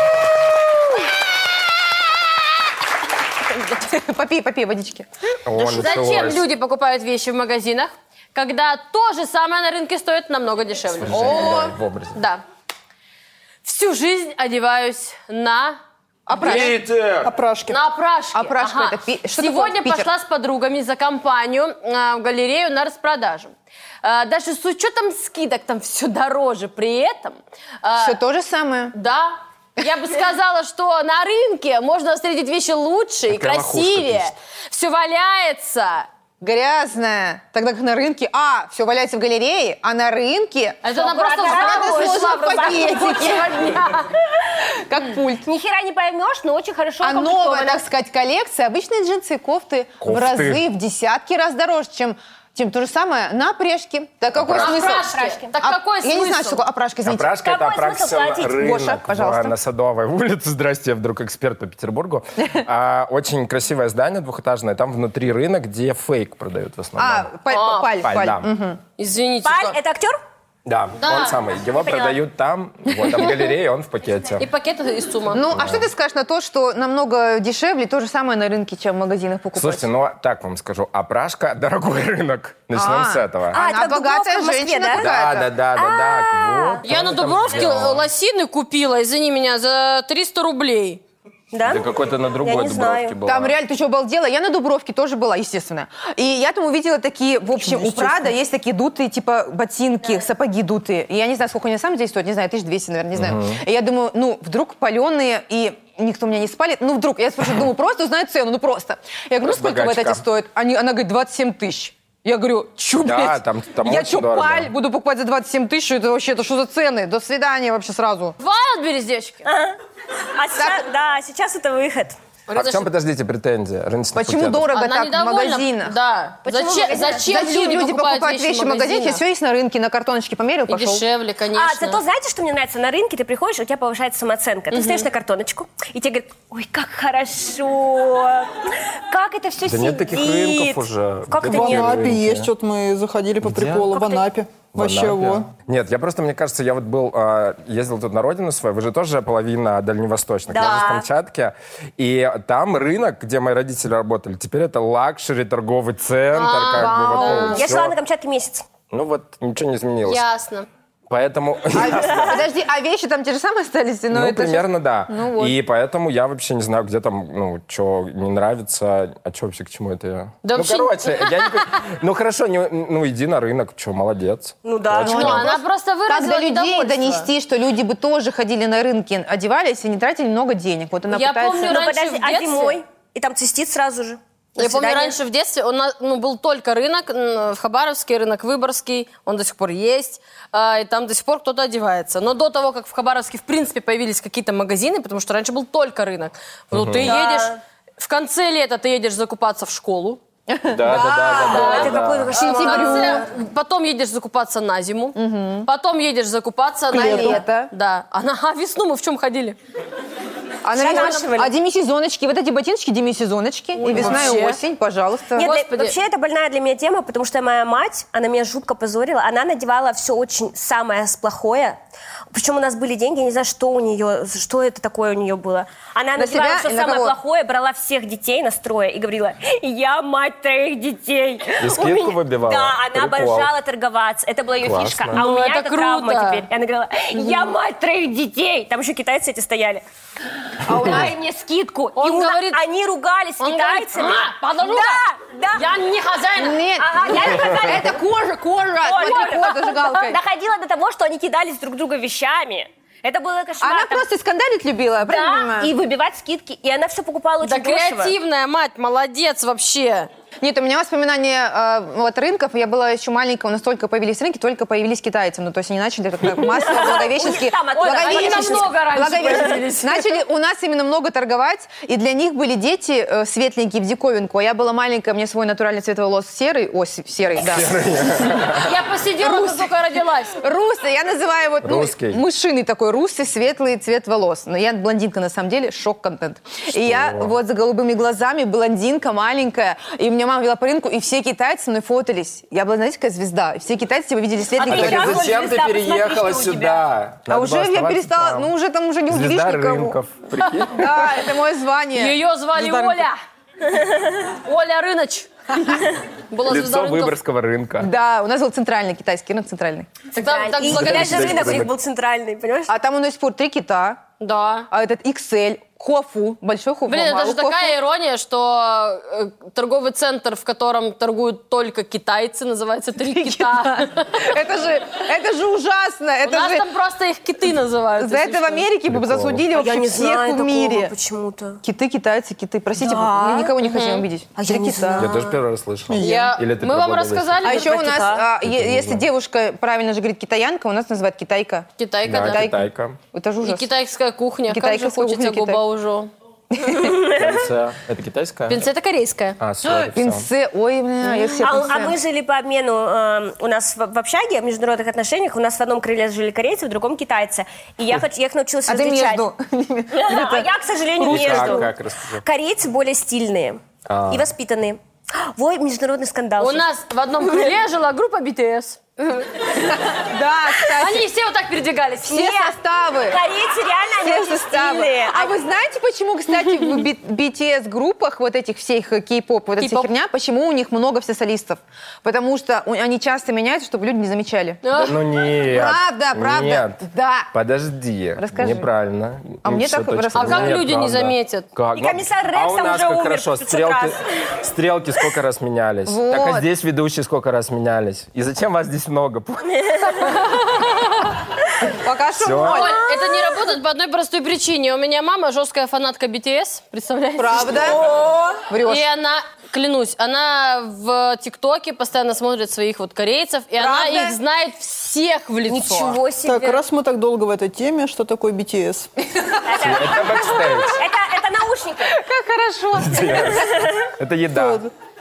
Попей, попей водички. Он Зачем началось. люди покупают вещи в магазинах, когда то же самое на рынке стоит намного дешевле? Да, в образе. Да. Всю жизнь одеваюсь на... Питер! Опрашки. На опрашке. Опрашка это пи- что Сегодня такое Питер? пошла с подругами за компанию а, в галерею на распродажу. А, даже с учетом скидок там все дороже. При этом... а, Все то же самое. Да. Я бы сказала, что на рынке можно встретить вещи лучше и прямо красивее. хушка Все валяется. Грязная. Тогда как на рынке, а, все валяется в галерее, а на рынке, Это она просто аккуратно, в сложно ушла в пакетике. рабочего дня. как пульт. Ни хера не поймешь, но очень хорошо А новая, укомплектовано. так сказать, коллекция, обычные джинсы и кофты, в Кофты. разы, в десятки раз дороже, чем Тем то же самое на опрашке. Так какой А смысл? опрашки? Так А- какой Я смысл? не знаю, что такое опрашка, извините. Опрашка — это Какой смысл опраксил платить? рынок Гоша, пожалуйста. в- на Садовой улице. Здрасте, я вдруг эксперт по Петербургу. А, очень красивое здание двухэтажное. Там внутри рынок, где фейк продают в основном. А, паль, А, паль, Паль, паль. да. Мгм. Извините. Паль, что- это актер? Да, Да. он самый. Его поняла. продают там, вот, а в галерее он в пакете. И пакеты из ЦУМа. Ну, а что ты скажешь на то, что намного дешевле, то же самое на рынке, чем в магазинах покупать? Слушайте, ну так вам скажу, опрашка — дорогой рынок. Начнем А. с этого. А, это Она как богатая Дубровка в Москве, женщина да? Да, какая-то. да, да, да, да. Вот, Я кто на вы там Дубровке сделал? лосины купила, извини меня, за триста рублей. Да? Да какой-то на Я другой не Дубровке знаю. была. Там реально, ты что, обалдела? Я на Дубровке тоже была, естественно. И я там увидела такие, в общем, у Прада есть такие дутые, типа ботинки, сапоги дутые. И я не знаю, сколько они на самом деле стоят, не знаю, тысяч двести, наверное, не знаю. И я думаю, ну, вдруг паленые, и никто меня не спалит. Ну, вдруг, я спрашиваю, думаю, просто узнаю цену, ну, просто. Я говорю, ну, Просто сколько вот эти богачка. стоят? Они, она говорит, двадцать семь тысяч. Я говорю, чё, Да, блядь? там- там я очень чё, дорого. паль буду покупать за двадцать семь тысяч? Это вообще, это что за цены? До свидания вообще сразу. Wildberries, девочки. А сейчас, да, сейчас это выход. А в чем, подождите, претензия рыночных Почему пакетов? дорого Она так в недовольна. магазинах? Да. Почему в Зачем, магазинах? зачем, Зачем люди покупают вещи в магазине, если все есть на рынке, на картоночке померил, И пошел? дешевле, конечно. А, зато знаете, что мне нравится? На рынке ты приходишь, у тебя повышается самооценка. Ты встаешь на картоночку, и тебе говорят, ой, как хорошо, как это все Да сидит. нет таких рынков уже. Как Где это В нет? нет? Анапе рынки. есть, что-то мы заходили по Где? приколу. В Как ты- Анапе. В Вообще, Анапе? вот. Нет, я просто, мне кажется, я вот был, а, ездил тут на родину свою, вы же тоже половина дальневосточных, Да. я же с Камчатки, и там рынок, где мои родители работали, теперь это лакшери, торговый центр, как бы вот, ну, Я всё. жила на Камчатке месяц. Ну вот, ничего не изменилось. Ясно. Поэтому... А, подожди, а вещи там те же самые остались? Но Ну, это же- примерно, да. Ну вот. И поэтому я вообще не знаю, где там, ну, что не нравится, а что вообще, к чему это я. Да ну, вообще- короче, я не... пон- Ну, хорошо, не- ну, иди на рынок, что, молодец. Ну да. Очень Ну, рад. она просто Как выразила до людей недовольство. донести, что люди бы тоже ходили на рынки, одевались и не тратили много денег. Вот она Я пытается... помню, Ну раньше подожди, в а детстве- зимой? И там цистит сразу же. До Я помню, свидания. раньше в детстве у нас ну, был только рынок, м, в Хабаровске рынок Выборгский, он до сих пор есть, а, и там до сих пор кто-то одевается. Но до того, как в Хабаровске в принципе появились какие-то магазины, потому что раньше был только рынок, ну ты Да. едешь, в конце лета ты едешь закупаться в школу, Да, да, да, да, да. Это да. какой-то в кошмар. конце- потом едешь закупаться на зиму, потом едешь закупаться на лету. лето. Да. А на а весну мы в чем ходили? А, наверное, Занашивали. а демисезоночки, вот эти ботиночки демисезоночки, и весна, и вообще. осень, пожалуйста. Нет, Господи. вообще это больная для меня тема, потому что моя мать, она меня жутко позорила. Она надевала все очень самое плохое. Причем у нас были деньги, я не знаю, что у нее, что это такое у нее было. Она На надевала себя все и на самое кого? плохое, брала всех детей на строе и говорила, я мать троих детей. И У скидку меня- выбивала? Да, она Прикол. обожала торговаться. Это была ее Классно. фишка. А Ну, у меня это это, круто. травма теперь. И она говорила, я мать троих детей. Там еще китайцы эти стояли. А дай мне скидку. Он И у на- говорит- они ругались с Он говорит, китайцами. «А, подожди, Да, да. я не хозяин. Нет, Ага, я не хозяин. это кожа, кожа, Ой, смотри, Оля. кожа зажигалкой. Доходило до того, что они кидались друг друга вещами. Это было кошмар. Она Там- просто скандалить любила, я правильно да, понимаю? и выбивать скидки. И она все покупала Да очень дешево. креативная мать, молодец вообще. Нет, у меня воспоминания э, вот рынков. Я была еще маленькая, у нас только появились рынки, только появились китайцы. Ну, то есть они начали как массово благовещенские... Там откуда? Они намного раньше появились. Начали у нас именно много торговать, и для них были дети э, светленькие в диковинку. А я была маленькая, мне свой натуральный цвет волос серый, о, с- серый, да. Я посидела, как только родилась. Русый, я называю вот ну, Русский. мышиный такой, русый, светлый цвет волос. Но я блондинка на самом деле, шок-контент. И я вот за голубыми глазами, блондинка маленькая, и мне мама вела по рынку, и все китайцы со мной фотались. Я была, знаете, какая звезда. И все китайцы типа видели светленькие. ты Так сейчас а зачем ты звезда, посмотри, переехала что у сюда? А Надо уже было я оставаться перестала, там. ну уже там уже не удивишь Звезда никого. рынков. Прикинь? Да, это мое звание. Ее звали Звезда Оля. Оля Рыныч. Была звезда Лицо рынков. Выборгского рынка. Да, у нас был центральный китайский рынок центральный. Там- так И благовещенский. даже рынок у них был центральный, понимаешь? А там у нас есть пор три кита, Да. а этот икс эль, Хуафу, большой Хуафу. Блин, это малый же Хуафу. такая ирония, что э, торговый центр, в котором торгуют только китайцы, называется «Три кита». Это же, это же ужасно. У Это нас же... там просто их киты называют. За если это в что. Америке бы Прикол. засудили А вообще я не всех знаю в такого мире. почему-то. Киты, китайцы, киты. Простите, Да. мы никого не хотим обидеть. А я Три не кита. знаю. Я тоже первый раз слышал. Я- Или ты Мы вам пробовала рассказали. А про еще у нас, кита? а, е- если девушка правильно же говорит китаянка, у нас называют китайка. Китайка, Да, да. китайка. Это же И ужас. китайская кухня. Как же Китайская хочется кухня, Китай. губа уже. Пинце. Это китайская? Пинце это корейская. А, сори, всё. Пинце, ой, бля, я все А, пинце. а мы жили по обмену, э, у нас в, в общаге, в международных отношениях, у нас в одном крыле жили корейцы, в другом китайцы. И я, хоть, я их научилась А ты различать. между. А я, к сожалению, между. Как, как, расскажи. Корейцы более стильные А. и воспитанные. Ой, международный скандал. У нас в одном крыле жила группа би ти эс. Да, кстати. Они все вот так передвигались. Все составы. Корейцы реально, они Все очень составы. стильные. А вы знаете, почему, кстати, в би- би ти эс-группах, вот этих всех кей-поп, вот эта вся Кей-поп. херня, почему у них много все солистов? Потому что у- они часто меняются, чтобы люди не замечали. Да ну нет. Правда, правда. Нет. Да. Подожди. Расскажи. Неправильно. А мне Всё так точно. рассказали. А как Нет, люди не правда. заметят? Как? И комиссар Рекс а у там нас уже как умер хорошо. пятьсот Стрелки, раз. стрелки сколько раз менялись. Вот. Так а здесь ведущие сколько раз менялись. И зачем вас здесь много? Пока что Всё. ноль. Оль, это не работает по одной простой причине. У меня мама жесткая фанатка би ти эс, представляете? Правда? Врешь. И она, клянусь, она в ТикТоке постоянно смотрит своих вот корейцев, и она Правда? их знает всех в лицо. Ничего себе. Так, раз мы так долго в этой теме, что такое би ти эс? Это бэкстейдж. Это, это наушники. Как хорошо. Это еда.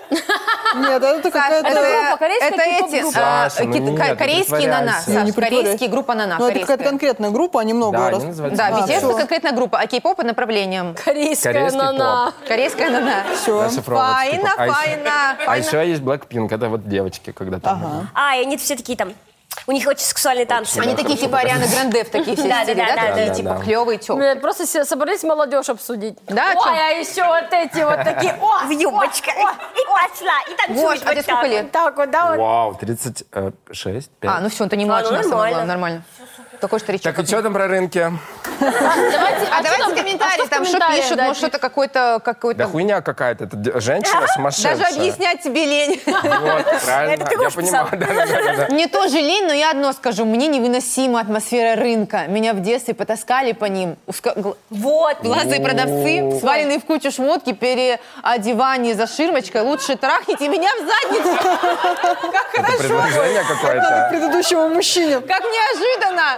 Нет, это какая-то... Это группа, корейская Это эти, кей-поп-группа. а, Саша, ну ки- нет, ка- не корейские нана. притворяйся. Не Саш, притворяй. корейские группа нана. Ну, это какая-то корейская. конкретная группа, они много Да, раз... они называются Да, А, би ти эс всё. это конкретная группа, а кей-поп по направлениям. Корейская Корейский нана. Корейская нана. Все. Расшифровывается, типа. Файна, А еще- файна. А еще есть Blackpink, это вот девочки, когда там... А, и они все такие там, у них очень сексуальные танцы. Они такие типа Арианы Гранде в такие все Да, да, стили, да, да? да, Такие да, типа да. клевые, тёплые. Блин, просто все собрались молодежь обсудить. Да, Ой, чё? а еще вот эти вот такие. О, В юбочках. И пошла, и танцует. Гош, а тебе вот сколько так лет? вот. Так вот, да, вот. Вау, тридцать шесть, пять. А, ну все, ты не А, младше ну нас, самое нормально. главное, нормально. Такой старичок. Так, и что там про рынки? Давайте, А что давайте там- комментарии, а что в там что комментариях, пишут, да, может что-то какое-то... Да какое-то... хуйня какая-то. Это д- женщина сумасшедшая. Даже объяснять тебе лень. Вот, правильно. Это ты Я Гош понимаю. писал? Да, да, да, да. Мне тоже лень, но я одно скажу. Мне невыносима атмосфера рынка. Меня в детстве потаскали по ним. Уска- гл- Вот. Глазые продавцы, сваленные в кучу шмотки, переодевание за ширмочкой. Лучше трахните меня в задницу. Как Это хорошо. предложение какое-то. Предыдущему мужчине. Как неожиданно.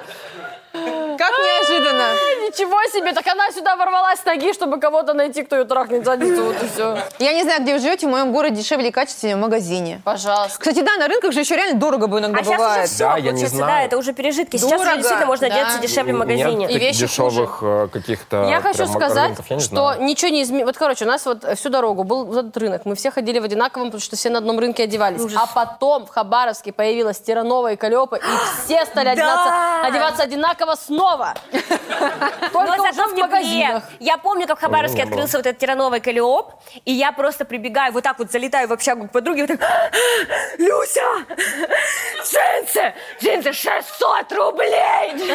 Как неожиданно. Ничего себе, так она сюда ворвалась с ноги, чтобы кого-то найти, кто ее трахнет задницу, вот и все. Я не знаю, где вы живете, в моем городе дешевле и качественнее в магазине. Пожалуйста. Кстати, да, на рынках же еще реально дорого бы иногда А сейчас бывает. уже все, Да, я не получается, знаю. да, это уже пережитки. Сейчас Дорого, уже действительно можно да. одеться дешевле в магазине. Нет И таких вещи дешевых э, каких-то Я хочу прям сказать, рынков, я не что знаю. ничего не изменилось. Вот, короче, у нас вот всю дорогу был вот этот рынок. Мы все ходили в одинаковом, потому что все на одном рынке одевались. А потом в Хабаровске появилась Терранова и Калёпа, и все стали одеваться, Да. одеваться одинаково снова. Только Но уже зато в в тепле. магазинах. Я помню, как в Хабаровске не было. открылся вот этот Террановый Калиоп, и я просто прибегаю, вот так вот залетаю в общагу к подруге, вот так, Люся, джинсы, джинсы шестьсот рублей.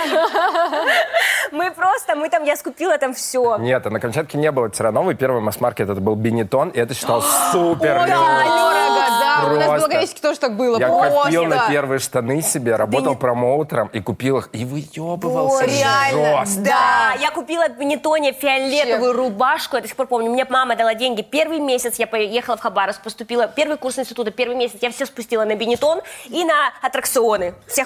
Мы просто, мы там, я скупила там все. Нет, а на Камчатке не было Тирановой. Первый масс-маркет это был Бенетон, и это считалось супер Ой, люкс. дорого, да. У нас в Просто. Благовещенске тоже так было. Я Просто. копил на первые штаны себе, работал промоутером и купил их, и выебывался Ой, реально, жестко. Да, я купила в Бенетоне фиолетовую рубашку, я до сих пор помню, мне мама дала деньги. Первый месяц я поехала в Хабаровск, поступила, первый курс института, первый месяц я все спустила на Бенетон и на аттракционы. Всех...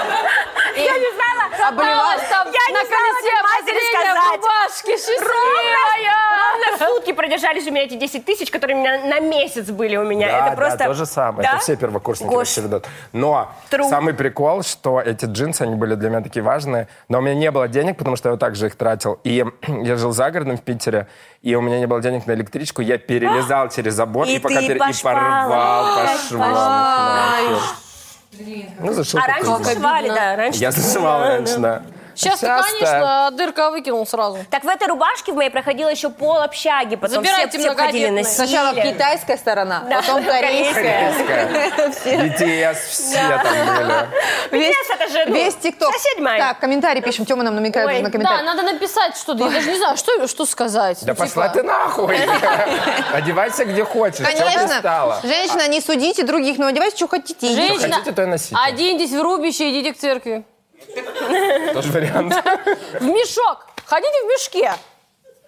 Я не знала, Обливалась там я на не знала, колесе как матери обозрения в сказать. рубашке, счастливая. Ровно сутки продержались у меня эти десять тысяч, которые у меня на месяц были у меня. Да, Это просто... да, то же самое. Да? Это все первокурсники Гош. вообще ведут. Но True. самый прикол, что эти джинсы, они были для меня такие важные, но у меня не было денег, потому что я вот так же их тратил. И я жил за городом в Питере, и у меня не было денег на электричку, я перелезал через забор И и, пока ты пере- и пошпала. порвал по Ай, швам. нахер. Ну, зашил А раньше такой. зашивали, да. Раньше Я зашивал раньше, да. Сейчас, Сейчас-то- конечно, дырка выкинул сразу. Так в этой рубашке в моей проходила еще пол общаги, потом Забирайте все, все ходили, многодетные. носили. Сначала китайская сторона, Да, потом корейская. би ти эс все там были. Весь, Yes, это же, ну, весь ТикТок. соседь моя. Так, комментарий пишем. Тема нам намекает Ой, на Да, комментарий. надо написать что-то. Я даже не знаю, что, что сказать. Да Ну, пошла типа, ты нахуй! Одевайся где хочешь, что Конечно. пристала. Женщина, не судите других, но одевайте, что хотите. идите. Женщина, хотите, то и носите. оденьтесь в рубище, идите к церкви. Тоже вариант. В мешок. Ходите в мешке.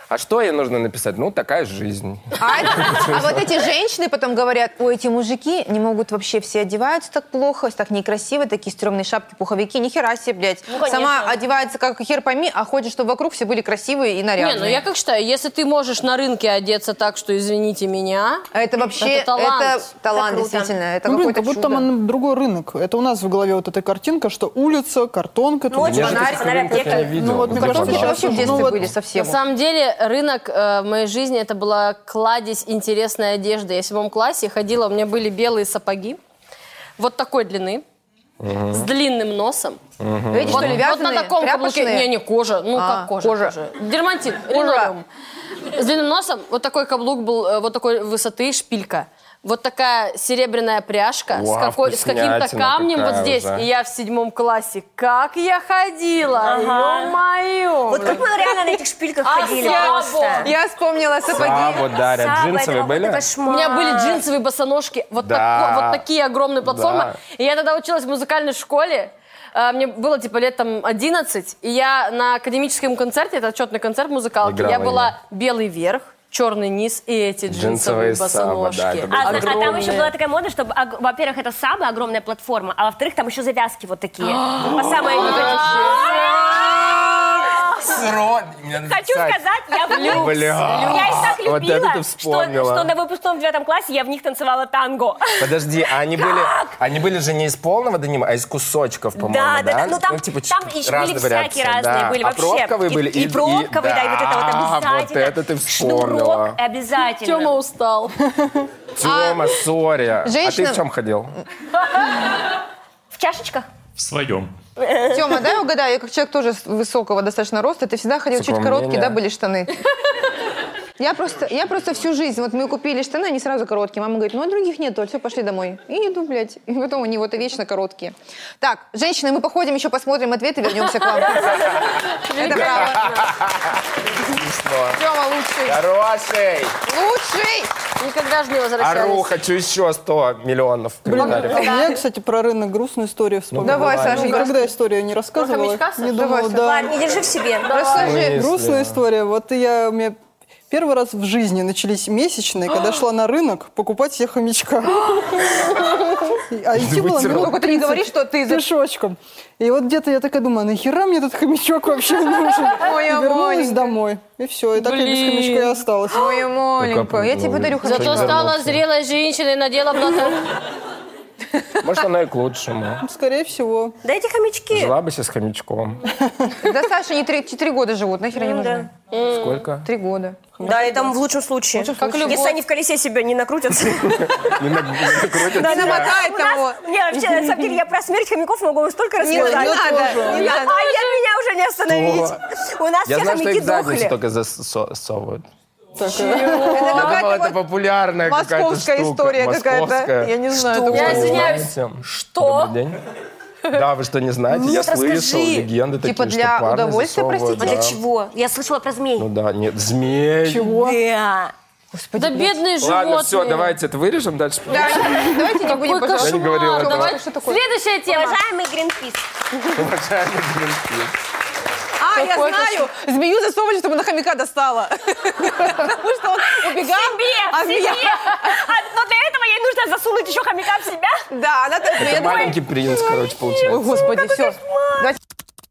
А что ей нужно написать? Ну, такая жизнь. А, это- а вот эти женщины потом говорят, ой, эти мужики не могут вообще, все одеваются так плохо, так некрасиво, такие стрёмные шапки, пуховики, нихера себе, блядь. Ну, конечно. Сама одевается как хер пойми, а хочет, чтобы вокруг все были красивые и нарядные. Не, ну я как считаю, если ты можешь на рынке одеться так, что извините меня, Это вообще, Это талант. это талант, Это круто. действительно, это Ну, блин, какой-то как будто чудо. там другой рынок. Это у нас в голове вот эта картинка, что улица, картонка. тут Ночь, Я же фонарь, таких фонарь, рынков не аптека. видел. Ну, вот, мне Где кажется, Картонки фонарь? вообще в детстве Ну, вот были на совсем. самом деле рынок э, в моей жизни это была кладезь интересной одежды. Я в седьмом классе ходила, у меня были белые сапоги, вот такой длины, с длинным носом. Эти, Вот, что ли, вот вязаные, на таком каблуке, тряпочные? не, не кожа, ну А, как кожа, кожа. кожа. Дермантин, линолеум. С длинным носом, вот такой каблук был, э, вот такой высоты, шпилька. Вот такая серебряная пряжка с, Вау, какой- с каким-то вкуснятина камнем вот какая здесь. уже. И я в седьмом классе. Как я ходила, Ага. ё-моё. Вот как мы реально на этих шпильках А ходили слабо. просто. Я вспомнила сапоги. А, вот дарят. Саба, Джинсовые это были? какой-то У кошмар. меня были джинсовые босоножки, вот, Да. тако- вот такие огромные платформы. Да. И я тогда училась в музыкальной школе. А, Мне было типа лет там одиннадцать, и я на академическом концерте, это отчетный концерт музыкалки, Играла я была я. белый верх, черный низ и эти джинсовые, Джинсовые Саба, босоножки. да, это было А, а там Огромные. еще была такая мода, что, ог- во-первых, это Саба, огромная платформа, а во-вторых, там еще завязки вот такие. По самой... Хочу сказать, я в них... Бля. Я их так Вот любила, это ты что, вспомнила. что на выпускном девятом классе я в них танцевала танго. Подожди, а они были, они были же не из полного денима, а из кусочков, по-моему, Да, да, да? да, ну там, типа, там ч- еще разные были всякие вариации, разные, да. были А вообще. пробковые И- были? И, пробковые, да, и вот это вот да, обязательно. вот это ты вспомнила. Шнурок обязательно. Тёма устал. Тёма, сори. А ты женщина- в чем ходил? В чашечках? В своем. Тёма, дай угадаю, я как человек тоже с высокого достаточно роста, ты всегда ходил чуть Высокого короткие, мнения. да, были штаны? Я просто, я просто всю жизнь, вот мы купили штаны, они сразу короткие. Мама говорит, ну а других нету, все, пошли домой. И иду, блядь. И потом они вот вечно короткие. Так, женщины, мы походим, еще посмотрим ответы, вернемся к вам. Это право. Тёма лучший. Хороший! Лучший! Никогда же не возвращались. Ору, хочу еще сто миллионов комментариев. А мне, кстати, про рынок грустную историю вспомнила. Давай, Саша, Ну, когда историю не рассказывала, хомячка, Саша? не Давай, думала, Саша. да. Ладно, не держи в себе. Расскажи. Если- Грустная история. Вот я, у меня первый раз в жизни начались месячные, когда шла на рынок покупать себе хомячка. А идти было Вытерла. минут Только ты не говори, что ты... за- пешочком. И вот где-то я такая думаю, а нахера мне этот хомячок вообще нужен? Моя И вернулась маленькая. домой. И все, и так я без Блин. хомячка и осталась. Моя маленькая. Я тебе подарю хомячка. Зато стала зрелой женщиной, надела платок. Может, оно и к лучшему. Скорее всего. Дайте хомячки. Жила бы себе с хомячком. Да, Саша, не три, четыре года живут, нахер они нужны? Сколько? Три года. Да, и там в лучшем случае. Как любовь. Если они в колесе себя не накрутятся. Не на- не накрутят Да, себя. намотает У того. нас, не, вообще, на самом деле, я про смерть хомяков могу вам столько Не, рассказать. не надо, не Я- надо. А я меня уже не остановить. У нас Я все знаю, что хомяки их в задницу дохли. только засовывают. Это Я думал, какая-то это вот популярная какая-то московская штука. история какая-то. Московская. Я не знаю. Что? такого. Я Вы извиняюсь. знаете? Что? Добрый день. Да, вы что, не знаете? Нет, Я слышал расскажи. легенды Типа такие, для что парни удовольствия, засовывают, простите? А для да. чего? Я слышала про змей. Ну да, нет, змей. Чего? Да. Да бедные животные. Ладно, все, давайте это вырежем дальше. Да, давайте не будем, Какой пожалуйста. Я не говорил кошмар. этого. Давай. Что такое? Следующая тема. Уважаемый Гринпис. Уважаемый Гринпис. А, я Какой знаю. Змею засовывали, чтобы на хомяка достала. Потому что он убегал. Себе, а себе. змея... А, но для этого ей нужно засунуть еще хомяка в себя. Да, она так... Это маленький принц, короче, Ой, получается. господи, все. Давайте.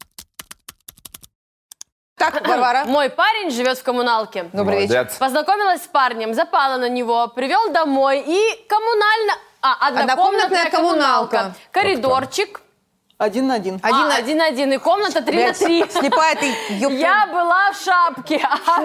Так, Варвара. Мой парень живет в коммуналке. Добрый вечер. Молодец. Познакомилась с парнем, запала на него, привел домой и коммунально... А, однокомнатная Однокомнатная коммуналка. коммуналка. Коридорчик. Один на один. Один, на- а, один на один. И комната три на три. Слепая ты, ёпта. Я была в шапке. а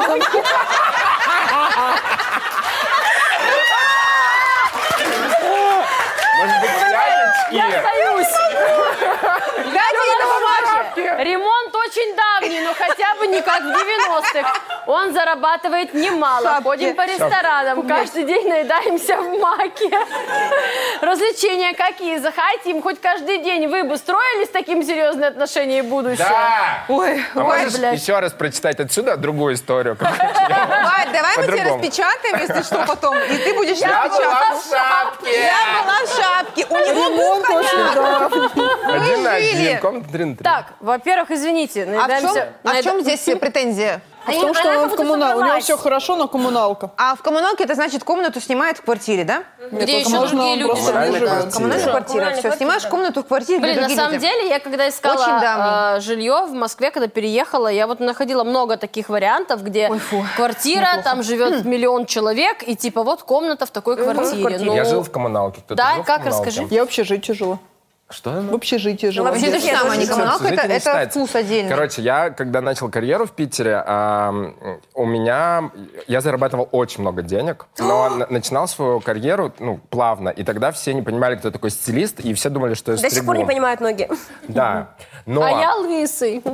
Может быть, Я кляточки? остаюсь. Дайте ей на бумажке. Ремонт очень давний, но хотя бы не как в девяностых. Он зарабатывает немало. Шапки. Ходим по ресторанам. Каждый день наедаемся в маке. Развлечения какие? Захотим хоть каждый день. Вы бы строили с таким серьезные отношения и будущее? Да! Ой, А ой, можешь блядь. еще раз прочитать отсюда другую историю? Вать, давай мы тебе По-другому. распечатаем, если что, потом. И ты будешь Я была распечатывать. в шапке! Я была в шапке. У него был Ремонт хомяк. очень, да. Один на жили. один, комната три на три. Так, во- во-первых, извините, А в наедаемся... чем, а в чем здесь претензия? А в том, что она он как в будто коммунал... у него собралась. все хорошо, но коммуналка. А в коммуналке это значит комнату снимает в квартире, да? Где еще возможно, другие он люди просто Коммунальная не живет. квартира. Коммунальная квартира. Коммунальная Все, квартира, снимаешь да. комнату в квартире, где Блин, на другие самом люди. деле, я когда Очень искала давний. э, жилье в Москве, когда переехала, я вот находила много таких вариантов, где Ой, фу. квартира, там живет миллион человек, и типа вот комната в такой квартире. Ну, Я жил в коммуналке. Кто-то Да? жил в Как? коммуналке? Расскажи. Я в общежитии жила. Что? В общежитии жила. вообще Где- это же самое, не Слушайте, коммуналка, это, слушайте, не это считается. вкус отдельный. Короче, я, когда начал карьеру в Питере, а, у меня... Я зарабатывал очень много денег, но на- начинал свою карьеру, ну, плавно. И тогда все не понимали, кто такой стилист, и все думали, что я До сих пор не стригу. понимают многие. Да. Но, А я лысый.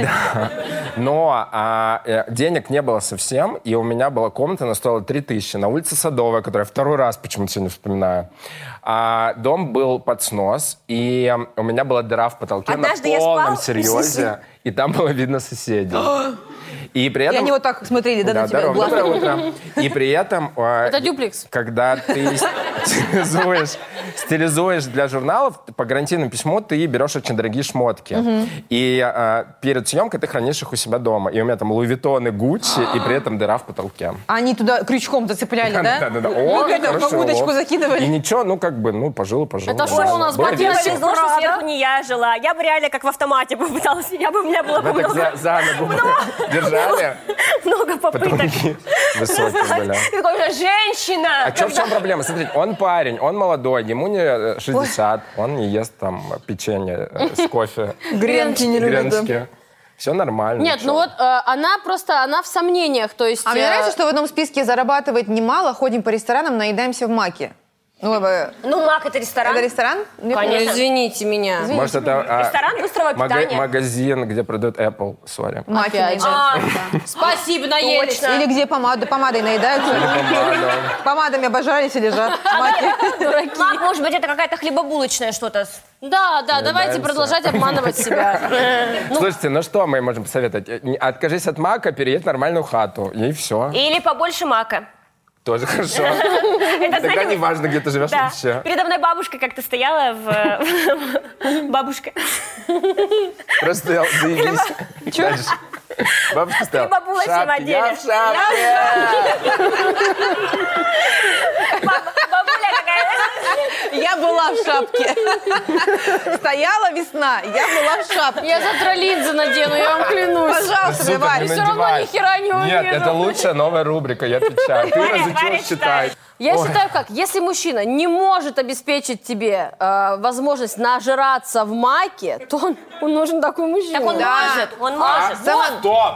но а, э, денег не было совсем, и у меня была комната, она стоила три тысячи на улице Садовая, которую я второй раз почему-то сегодня вспоминаю. А, дом был под снос, и у меня была дыра в потолке Однажды на я полном спал. серьезе, и там было видно соседей. И при И этом... они вот так смотрели, да, Да, на тебя. здорово, глазом. доброе утро. И при этом... э, Это дюплекс. Когда ты стилизуешь, стилизуешь для журналов, по гарантийному письму ты берешь очень дорогие шмотки. И э, перед съемкой ты хранишь их у себя дома. И у меня там Луи Виттон и Гуччи, и при этом дыра в потолке. Они туда крючком зацепляли, да? Да-да-да. О, Ну, как-то хорошо. в удочку закидывали. И ничего, ну как бы, ну пожил, пожил. Это что у нас, Было Мне ботиночек? весело. повезло, что сверху не я жила. Я бы реально как в автомате попыталась. Я бы, у меня было бы Вы так много, за, за ногу держали, много потом попыток. такие высокие были. Ты такой же женщина. А что, в чем проблема? Смотрите, он парень, он молодой, ему не шестьдесят, он не ест там печенье э, с кофе, Гренки не любят, да. греночки. Все нормально. Нет, ну ничего. вот э, она просто, она в сомнениях, то есть... А мне э, нравится, что в одном списке зарабатывает немало, ходим по ресторанам, наедаемся в Маке. Ну, э, Ну, Мак, это ресторан. это ресторан? Не Конечно. помню. Извините меня. Может, это а, Ресторан быстрого мага- питания. магазин, где продают Apple, сори. Маки Опять же. наедаются. А, Спасибо, наелись. Точно. Или где помаду, помадой наедаются. Помадами обожались и лежат. Маки. Мак, может быть, это какая-то хлебобулочная что-то. Да, да, давайте Наедаемся. продолжать обманывать себя. Слушайте, ну что мы можем посоветовать? Э, не- Откажись от мака, переедь в нормальную хату, и все. Или побольше мака. Тоже хорошо. Это, Тогда знаете, не важно, где ты живешь да. вообще. Передо мной бабушка как-то стояла в... Бабушка. Просто стоял, заебись. Дальше. Бабушка стояла. Хлебобулочь В шапке, в отделе. я в шапке. Бабуля какая. Я была в шапке. Стояла весна, я была в шапке. Я завтра линзы надену, я вам клянусь. Пожалуйста, Супер, давай. не Все равно надевай. ни хера не Нет, увижу. это лучшая новая рубрика, я отвечаю. Ты Варя, разучилась Варя читать. Я Ой. считаю как, если мужчина не может обеспечить тебе э, возможность нажраться в маке, то он, он нужен такой мужчина. Так он Да. может, он может. Сама- Стоп!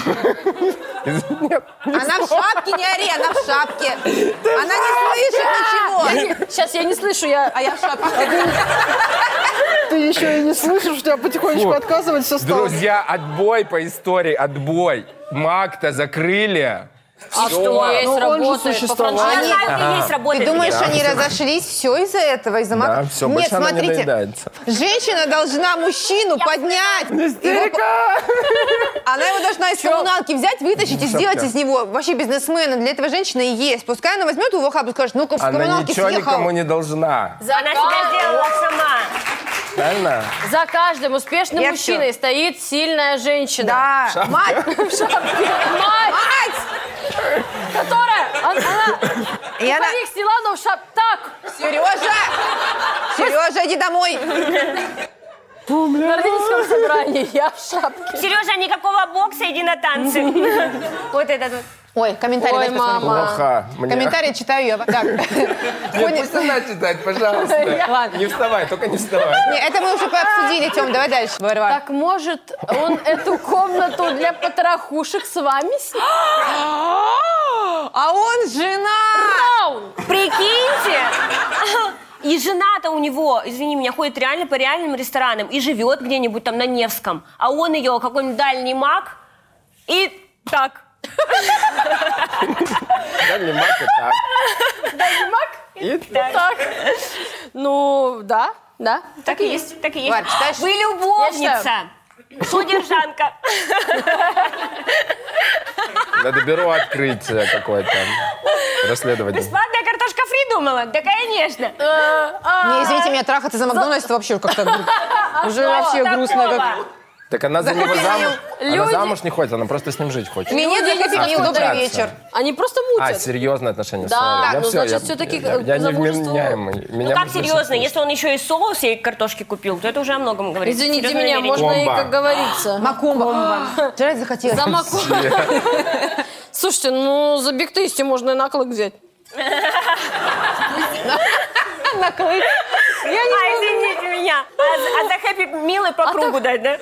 Нет. Она в шапке, не ори, она в шапке. Она не слышит ничего. Сейчас я не слышу, я... А я в шапке. Ты еще и не слышишь, у тебя потихонечку Фу. отказывать все стало. Друзья, отбой по истории, отбой. Мак-то закрыли. А Всё. что есть, Ну, он же работает по существовал. А франшизе. на Хайпе есть Ты работает. думаешь, Да. они разошлись все из-за этого, из-за мака? Да, все, Нет, больше она не смотрите, доедается. женщина должна мужчину поднять. Его- Она его должна из коммуналки взять, вытащить и сделать из него вообще бизнесмена. Для этого женщина и есть. Пускай она возьмет его хабу и скажет, ну-ка в Она коммуналке ничего съехал. никому не должна. Она себя сделала сама. Правильно? За каждым успешным Я мужчиной стоит сильная женщина. Да, мать, Мать, мать! которая... Она, она И она, парик сняла, но в шап... Так, Сережа, Сережа, иди домой. на родительском собрании я в шапке. Сережа, никакого бокса, иди на танцы. Вот этот вот. Ой, комментарий Ой, дайте посмотрю. мама. Плохо. Мне- Комментарий читаю я. Так. Нет, пусть она читает, пожалуйста. Ладно. Не вставай, только не вставай. Не, это мы уже пообсудили, Тём, давай дальше. Варвар. Так может он эту комнату для потрохушек с вами снял? А он жена! Прикиньте. И жена-то у него, извини меня, ходит реально по реальным ресторанам и живет где-нибудь там на Невском. А он ее какой-нибудь дальний маг и так. Дальний мак и так. Дальний маг? И так. Так. Ну, да, да. Так и есть, так и есть. Варь, читаешь? Вы любовница. Содержанка. Надо бюро открыть э, какое-то. Расследовать. Бесплатная картошка фри думала? Да, конечно. Не, извините меня, трахаться за Макдональдс это вообще как-то гру- уже вообще грустно. Такого. Как... Так она за него замуж, она Люди- замуж не хочет, она просто с ним жить хочет. Минет захопил, добрый встречаться. вечер. Они просто А, мутят. серьезные отношения. Да, sorry. Я ну, всё, значит, я- всё-таки я, я замужество- невменяемый. Ну Меня как будет серьезно? очень Если он еще и соус ей картошки купил, то это уже о многом говорит. Извините Серьезное меня, намерение. можно и, Комбо. как говорится, Макумба. Жрать захотелось. за маку. Слушайте, ну за биг тейсти можно и наклык взять. Наклык. А, извините меня. А, а за хэппи милый по кругу дать, да?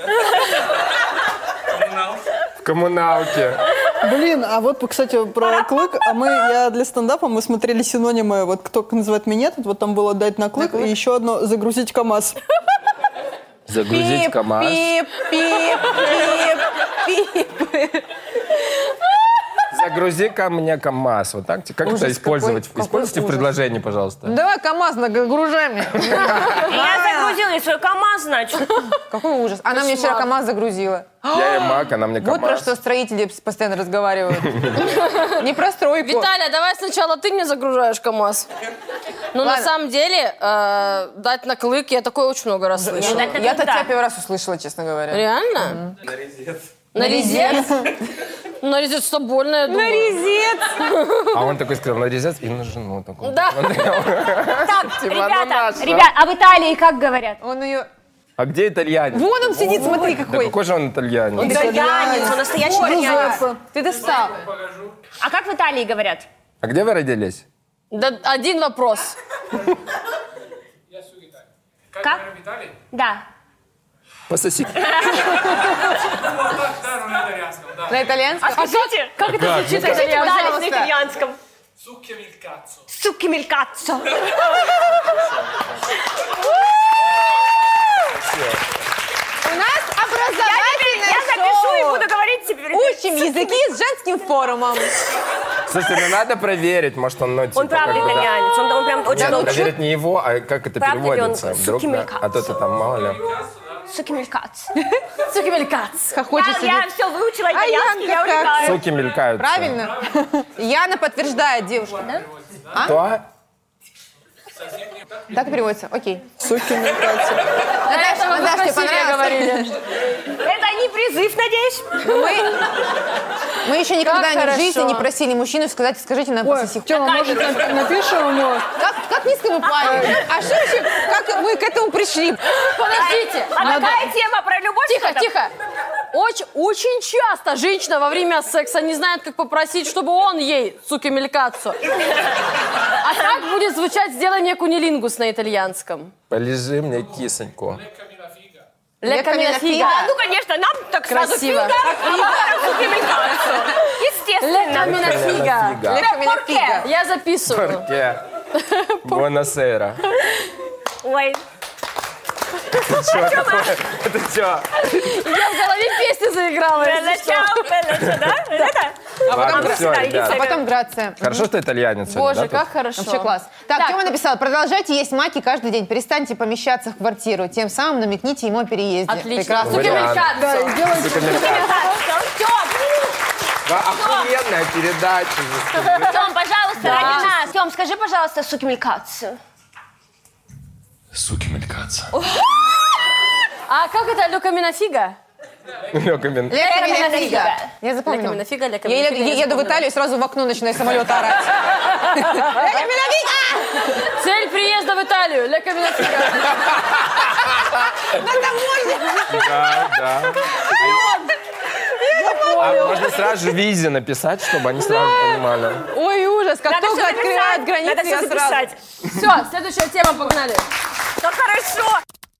В коммуналке. Блин, а вот, кстати, про клык. А мы, я для стендапа, мы смотрели синонимы, вот кто называет минет, вот там было дать на клык, и еще одно загрузить КамАЗ. Загрузить Пип, КамАЗ. пип, пип, пип, пип. Загрузи ко мне КамАЗ. Вот так? Как Ужас это использовать? какой, Используйте какой в предложении, пожалуйста. Давай КамАЗ нагружай меня. Я загрузила и свой КамАЗ, значит. Какой ужас. Она мне вчера КамАЗ загрузила. Я и Мак, она мне Вот про КамАЗ. что строители постоянно разговаривают. Не про стройку. Виталя, давай сначала ты мне загружаешь КамАЗ. Но на Ладно. самом деле, э, дать на клык я такое очень много раз слышала. Ну, так Я-то да. тебя первый раз услышала, честно говоря. Реально? На резец. На резец? На резец-то больно, я думаю. Резец. А он такой сказал, на резец и на жену. Такой. Да. Так, Типа, ну, ребята, наша. ребят, а в Италии как говорят? Он ее... А где итальянец? Вон он сидит, смотри Да какой. какой же он итальянец? Итальянец, он настоящий итальянец. Ты достал. А как в Италии говорят? А где вы родились? Да один вопрос. Я с Италии. Как, Как? говорят в Италии? Да. Пососи. Ну, вот так, да, но на итальянском, да. На итальянском? Скажите, как это звучит Скажите, на пожалуйста. итальянском? Succhiami il cazzo. Суки мелькаться. У нас образовательное Я запишу и шоу. буду говорить теперь. Учим языки с женским форумом. Слушайте, ну надо проверить, может он, ну, типа, Он правда как бы, да. итальянец, он, он прям очень Надо научил. проверить не его, а как это Правда ли он переводится. Вдруг, суки да. мелькаться? А то ты там, мало ли. Суки мелькаться. Цукимелькац. Хохочет Я, я сидит. все выучила А итальянский, Янка я как? улетаю. Суки мелькаются. Правильно? Яна подтверждает, девушка. Кто? Так переводится? Окей. Суки мелькаются. Наташа, Вы Наташа, тебе красивее понравилось? говорили. Это не призыв, надеюсь? Мы, мы еще никогда Как в жизни хорошо. не просили мужчину сказать, скажите нам Ой, пососи. Тёма, может, нап- напишем ему? Как, как низко мы пали? А что вообще, как мы к этому пришли? Подождите. А какая тема про любовь? Тихо, что там? тихо. Очень, очень часто женщина во время секса не знает, как попросить, чтобы он ей, суки, мелькацу. А как будет звучать «сделай мне кунилингус» на итальянском? Полежи мне кисоньку. Ля каминафига. Ну, конечно, нам так сразу Красиво. фига, а потом суки мелькаться. Ля Естественно. каминафига. Нафига. Лекаминафига. Я записываю. Порке. Буэносейра. Ой, Это что такое? Это что? Я в голове песни заиграла, если что. Белла-чао, Белла-чао, да? Это? Ладно, мы все, сюда, иди ребят. А потом Грация. Хорошо, что итальянец сегодня, Боже, да, как тут? хорошо. Вообще класс. Так, Так. Тёма написала, продолжайте есть маки каждый день, перестаньте помещаться в квартиру, тем самым намекните ему о переезде. Отлично. Прекрасно. Суки, Вариант. мелькацу. Сука, мелькается. Да, охуенная передача. же, скажи. Тём, пожалуйста, ради нас. Тём, скажи, пожалуйста, суки мелькаться. Суки мелькаться. А как это «ля каминафига»? Лёкамин. Лекаминафига. Я запомнила. Лекаминафига, Я лекаминафига, еду- я еду в запомнила. Италию и сразу в окно начинаю самолета орать. Лекаминафига! Цель приезда в Италию. «Ля каминафига». Да, да. А можно сразу же визе написать, чтобы они сразу понимали. Ой, ужас, как Надо только всё открывают записать. границы, Надо я все сразу... записать. Все, следующая тема, погнали. Как хорошо.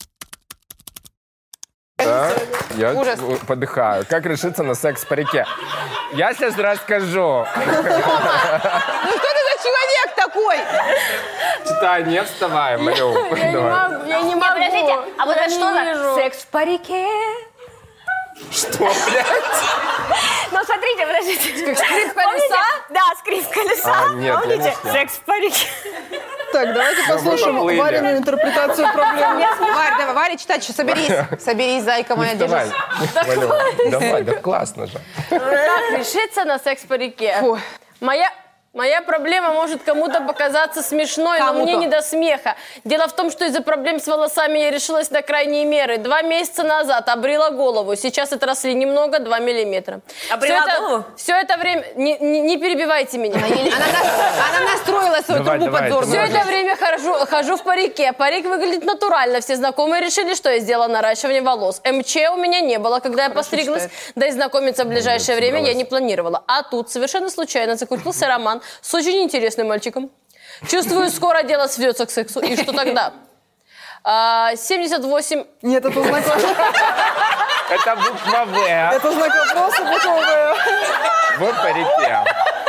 Да? Я Ужас. подыхаю. Как решиться на секс по реке? Я сейчас расскажу. Ну что ты за человек такой? Читай, не вставай, молю. Я не Давай. могу, я не Не, могу. подождите, а вот Я это что не за вижу. секс в парике? Что, блядь? Ну, смотрите, подождите. скрип колеса? Помните? Да, скрип колеса. А, нет, я Помните? не успел. Секс в парике. Так, давайте послушаем поплыли. Варину интерпретацию проблемы. Варь, давай, Варя, читать, что соберись. Соберись, зайка моя, Не вставай. держись. Валю, давай, да классно же. Как решиться на секс по реке? Фу. Моя... Моя проблема может кому-то показаться смешной, но Кому-то. мне не до смеха. Дело в том, что из-за проблем с волосами я решилась на крайние меры. Два месяца назад обрила голову. Сейчас отросли немного, два миллиметра. Обрила все голову? Это, все это время... Не, не, не перебивайте меня. Она, нас- она настроила свою Давай, трубу давай, подзорную. Все это время хожу, хожу в парике. Парик выглядит натурально. Все знакомые решили, что я сделала наращивание волос. МЧ у меня не было, когда я постриглась. читает. Да и знакомиться в ближайшее время я собралась. не планировала. А тут совершенно случайно закрутился роман с очень интересным мальчиком. Чувствую, скоро дело сведется к сексу. И что тогда? А, семьдесят восемь... Нет, это знак, Это буква В это знак вопроса, буква В. в парике.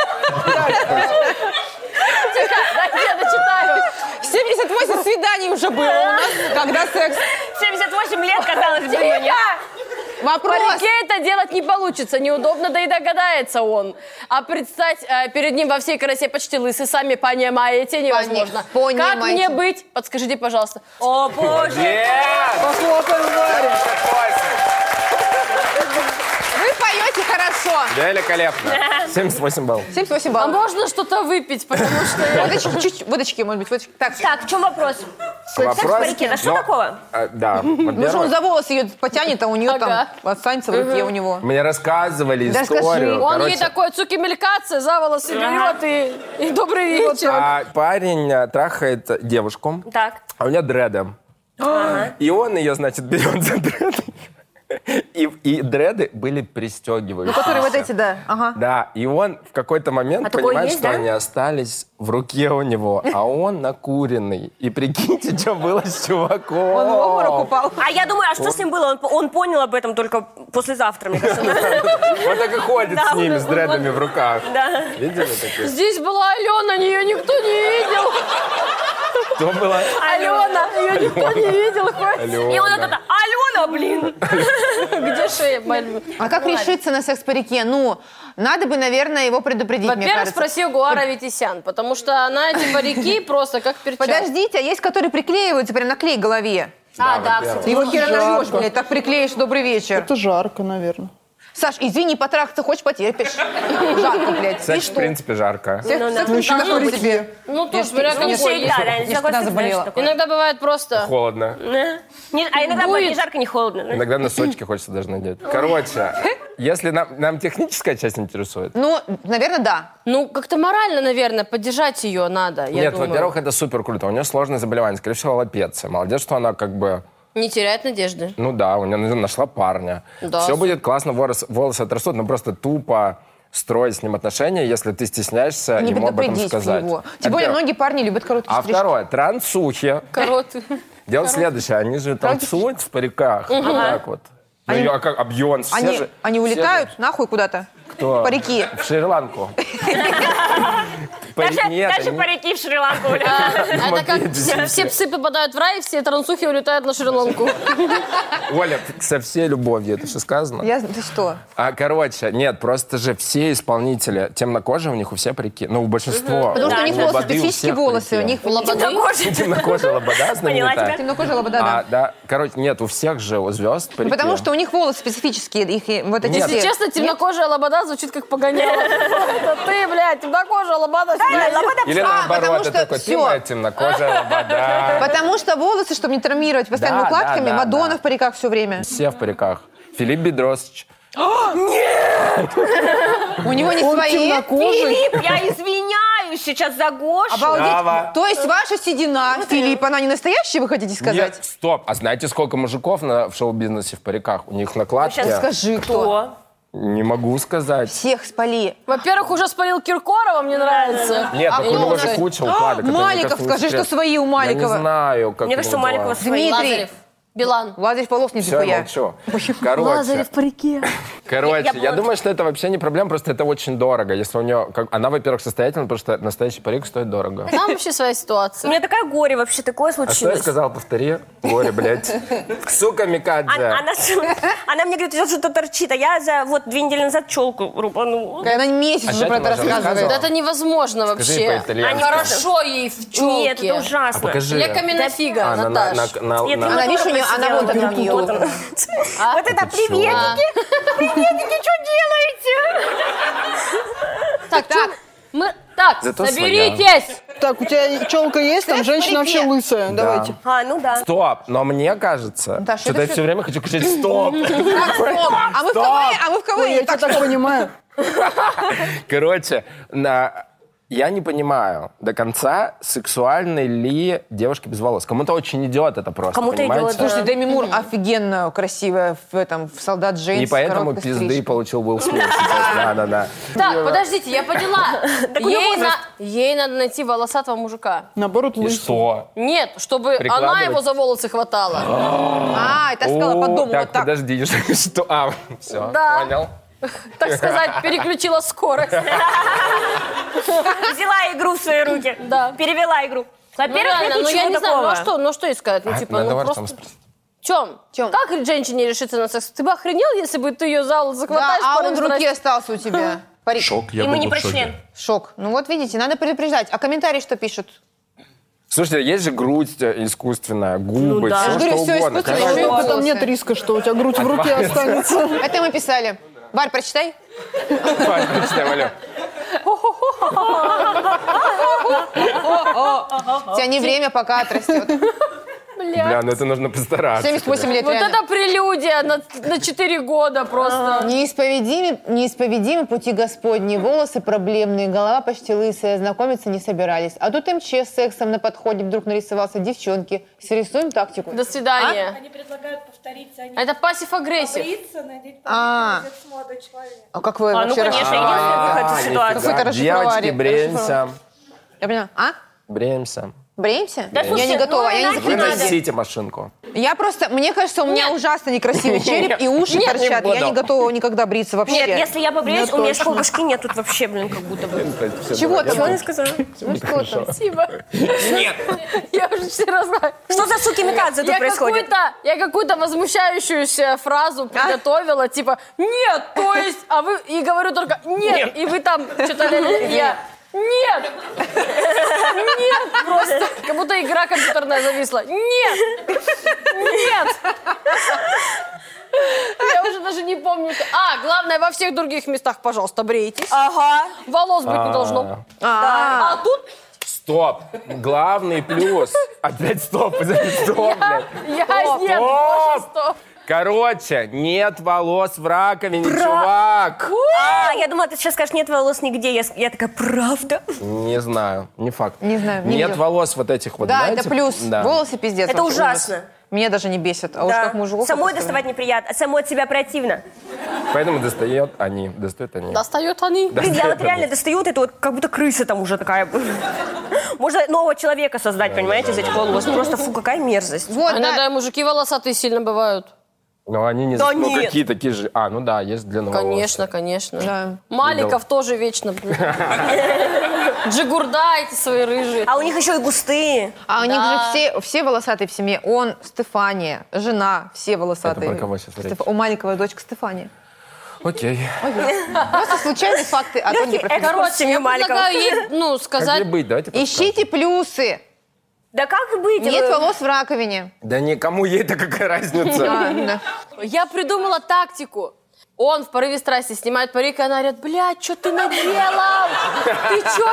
Тихо, дайте я дочитаю. семьдесят восемь свиданий уже было у нас, когда секс. семьдесят восемь лет, казалось бы, мне. Тихо! В Вопрос. парике это делать не получится. Неудобно, да и догадается он. А предстать э, перед ним во всей красе почти лысый, сами понимаете, невозможно. Пони- Как понимаете. мне быть? Подскажите, пожалуйста. О, боже. Нет! Похлопаем Варе. Вы поете хорошо. Великолепно. семьдесят восемь баллов. семьдесят восемь А баллов. можно что-то выпить, потому что я... Водочки, чуть, водочки, может быть, водочки. Так, Так, в чем вопрос? Секс в парике, да что Но, такого? э, Да, ну что он во-первых, за волосы ее потянет, а у нее Ага. там останется в руке у него. мне рассказывали Да скажи. историю. Он Короче, ей такой цукимелькация, за волосы берет и, и добрый вечер. а парень э, трахает девушку, Так. а у нее дреды. И он ее, значит, берет за дреды. И, и дреды были пристегивающиеся. Которые вот эти, да. Ага. Да, и он в какой-то момент А такое понимает, есть, что да? они остались в руке у него, а он накуренный. И прикиньте, что было с чуваком. Он в обморок упал. А я думаю, а что с ним было? Он, он понял об этом только послезавтра, мне кажется. Он так и ходит Да, с ними, он- с дредами он- в руках. Да. Видели такие? Здесь была Алена, ее никто не видел. Кто была? Алена, ее никто не видел. Хоть. Алена. И он вот это, Алена, блин. Где шея? Маль- А как решиться на секс по реке? Ну, надо бы, наверное, его предупредить, мне Во-первых, кажется. спроси у Гуара Витисян, потому что она эти парики просто как перчатки. Подождите, а есть, которые приклеиваются прям на клей к голове. А, да, во-первых. кстати. Его хера жарко. нарвешь, блядь, так приклеишь, добрый вечер. Это жарко, наверное. Саш, извини, потрахаться хочешь, потерпишь. Жарко, блядь. И Секс, в что? принципе, жарко. Секс, Ну, да. секс Ну, еще на на что парике. тебе? Ну, тоже, смотря Ну, какой. всегда, да, Я за ж тогда секс, заболела. знаешь, такое. Иногда бывает просто... Холодно. Да. Не- А иногда бывает Дует. ни жарко, ни холодно. да? Иногда носочки хочется даже надеть. Короче, если нам, нам техническая часть интересует. Ну, наверное, да. Ну, как-то морально, наверное, поддержать ее надо, я Нет, думаю. во-первых, это супер круто. У нее сложное заболевание, скорее всего, аллопеция. Молодец, что она как бы... Не терять надежды. Ну да, у нее нашла парня. Да. Все будет классно, волос- волосы отрастут, но просто тупо строить с ним отношения, если ты стесняешься Не ему об этом предупредить сказать. его. Тем более, Во-первых. многие парни любят короткие А стрижки. второе, трансухи. Короткий. Дело следующее, они же танцуют в париках, вот так вот. Ну, Они- а как, а Бейонсе, все Они, же- они все улетают нахуй куда-то? же- Кто? По реке. В Шри-Ланку. Парик- Даже, нет, даже они- парики в Шри-Ланку. бля. А это как Смотрите, все, все псы попадают в рай, все трансухи улетают на Шри-Ланку. Оля, со всей любовью, это все сказано? Я, ты что? А, короче, нет, просто же все исполнители темнокожие, у них у всех парики. Ну, у большинства. Потому что у них лободы волосы, у специфические всех волосы. У парики. них Темнокожий. Темнокожая лобода Поняла знаменитая. тебя. темнокожая лобода, А, да. да. Короче, нет, у всех же, у звезд парики. Потому что у них волосы специфические, их и вот эти Нет. все. Если честно, темнокожая лобода звучит как погоняло. Это ты, блядь, темнокожая лобода. Или А, потому наоборот, что это такой, ты всё. моя темнокожая лобода. Потому что волосы, чтобы не травмировать постоянно Да, укладками, да, да, Мадонна да. в париках все время. Все в париках. Филипп Бедросович. У него не Он свои. темнокожий. Филипп, я извиняюсь сейчас за Гошу. Обалдеть. Браво. То есть ваша седина, Филипп, она не настоящая, вы хотите Нет, сказать? стоп. А знаете, сколько мужиков на, в шоу-бизнесе в париках? У них накладки. Сейчас Скажи, кто? Кто? Не могу сказать. Всех спали. Во-первых, уже спалил Киркорова, мне нравится. Нет, так у него же куча укладок. это, мне Маликов, кажется, не скажи, секрет. что свои у Я Маликова. не знаю, как Мне его кажется, у дела. Маликова свои. Дмитрий. Лазарев. Билан. Лазарев полос не Все, я дохуя. молчу. Короче, Лазарев по реке. короче, Я- я, я думаю, что это вообще не проблема, просто это очень дорого. Если у нее, как, она, во-первых, состоятельна, потому что настоящий парик стоит дорого. Там вообще своя У ситуация. меня такая горе вообще, такое А что я случилось. сказал? Повтори. Горе, блядь. Сука, Микадзе. Она, она, она мне говорит, идет что-то торчит, а я за вот две недели назад челку рубанула. Она месяц А уже что про ты это уже рассказывает. рассказывала? Да это невозможно Скажи вообще. по-итальянски. Хорошо ей в челке. Нет, это ужасно. А покажи. Я каменофига, А, на, на, Наташ. на, на, Нет, на- ну, Она, видишь, у нее, посидела она вот там, там нее. вот она. Вот это Ты чё? приветики, приветики, что делаете? Так, чё? Мы Так, Зато соберитесь. Так, у тебя челка есть, там женщина вообще лысая. Да. Давайте. А, ну да. Стоп, но мне кажется, Да, что что-то я это все время хочу кричать «стоп». А мы в КВН, а мы в Ой, я КВН. тебя так понимаю. Короче, на... я не понимаю до конца, сексуальны ли девушки без волос. Кому-то очень идет это просто, Кому-то понимаете? идет, да. Слушай, Деми Мур офигенно красивая в этом, в «Солдат Джеймс». И с поэтому короткой пизды стрижкой. получил Уилл Смит сейчас. Да-да-да. Так, подождите, я поняла. у неё Ей, возраст. на- ей надо найти волосатого мужика. Наоборот, И лысый. что? Нет, чтобы она Прикладывать? его за волосы хватала. А, это сказала по О, дому так, вот так. подожди, что? А, все, Да. понял. Так сказать, переключила скорость. Взяла игру в свои руки. Да. Перевела игру. Ну, Во-первых, реально, нет ну, я ничего не знаю, ну такого. а что, ну что ей сказать? Ну, типа, Надо ну вас просто... там спросить. Тём, Тём. как женщине решиться на секс? Ты бы охренел, если бы ты ее за волосы Да, захватаешь? а порой он в страсти? руке остался у тебя. Парик. Шок, я И мы был не бы про в шоке. член. Шок. Ну вот видите, надо предупреждать. А комментарии что пишут? Слушайте, есть же грудь э, искусственная, губы, да. все Я же говорю, что всё угодно. искусственно. Конечно. Волосы. Только там нет риска, что у тебя грудь в руке останется. Это мы писали. Варь, прочитай. Давай, прочитай, Валю. У тебя не время, пока отрастет. Бля, ну это нужно постараться. семьдесят восемь лет, Вот реально. это прелюдия на, на четыре года просто. Неисповедимы, неисповедимы пути Господни, волосы проблемные, голова почти лысая, знакомиться не собирались. А тут МЧ с сексом на подходе вдруг нарисовался. Девчонки, срисуем тактику. До свидания. Они предлагают повторить за ним. Это пассив-агрессив. Побриться, надеть А. побриться, с молодой человек. А как вы А, ну, вообще конечно, расшифровали? единственный выход из А, ситуации. нифига. Какой-то Девочки, расшифровали. бреемся. Я поняла. А? Бреемся. Бреемся? Да, я слушайте, не готова, ну, я не нафиг надо. заходила. Выносите машинку. Я просто, мне кажется, у меня Нет. ужасно некрасивый череп и уши Нет, не торчат. Я буду. не готова никогда бриться вообще. Нет, если я побреюсь, у меня точно. такой башки нет тут вообще, блин, как будто бы. Чего ты? Чего я сказала? Ну что там? Спасибо. Нет. Я уже все разговариваю. Что за суки-микадзе тут Я происходит? какую-то, я какую-то возмущающуюся фразу приготовила, типа, нет, то есть, а вы, и говорю только, нет, и вы там что-то, я, нет, нет, просто, как будто игра компьютерная зависла, нет, нет. Я уже даже не помню. что- А, главное, во всех других местах, пожалуйста, брейтесь. Ага. Волос быть не должно. А, А тут Стоп. Главный плюс. Опять стоп. Стоп, блядь. я нет, Стоп. боже, стоп. Короче, нет волос в раковине, чувак. А, я думала, ты сейчас скажешь, нет волос нигде. Я, с- я такая, правда? Не знаю, не факт. Не знаю, не Нет видела. волос вот этих вот, Да, знаете? это плюс. Да. Волосы пиздец. Это вообще ужасно. ужас. Меня даже не бесит. А уж Да. как мужиков. Самой это доставать неприятно, а самой от себя противно. Поэтому достает они, достают они. Достают они. Блин, я вот реально достаю, вот это вот как будто крыса там уже такая. Можно нового человека создать, понимаете, из этих волос. Просто, фу, какая мерзость. Вот, А иногда да. и мужики волосатые сильно бывают. Но они не... Да ну, нет. какие такие же... А, ну да, есть длинноволосые. Конечно, конечно. Да. Маликов тоже вечно. блин. Джигурда эти свои рыжие. А у них еще и густые. А у них Да. же все, все волосатые в семье. Он, Стефания, жена, все волосатые. Это про кого сейчас речь? Стеф- У маленького дочка Стефания. Окей. Просто случайные факты о Ольге Легкий Профессор. экскурс в семью Я Маликов. предлагаю ей, ну, Как ей сказать... быть? Давайте Ищите плюсы. Да как быть? Нет Вы- волос в раковине. подскажем. Да никому ей-то какая разница. А, да. Я придумала тактику. Он в порыве страсти снимает парик, и она говорит, блядь, что ты наделал? Ты что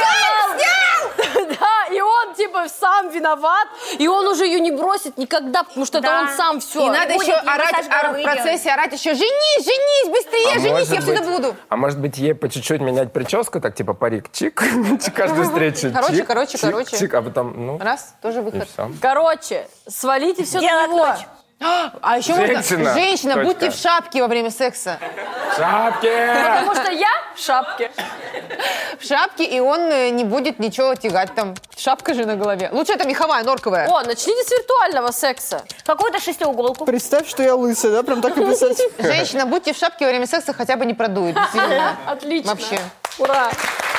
сделал? Да, и он типа сам виноват, и он уже ее не бросит никогда, потому что это Да. он сам все. И надо будет еще ей орать, массаж ора- головы в процессе орать еще «Женись, женись, быстрее, А женись, может я всегда быть- буду». А может быть, ей по чуть-чуть менять прическу, так типа парик, чик, каждую встречу, Короче, чик, короче, чик, короче. чик, а потом, ну, Раз, тоже и выход. все. Короче, свалите все Дело на него. ночь. А еще Женщина. можно... Женщина, Точка. будьте в шапке во время секса. Шапки! Потому что я в шапке. В шапке, и он э, не будет ничего тягать там. Шапка же на голове. Лучше это меховая, норковая. О, начните с виртуального секса. Какую-то шестиуголку. Представь, что я лысая, да? Прям так и писать. Женщина, будьте в шапке во время секса, хотя бы не продует. Действительно. Отлично. Вообще. Ура.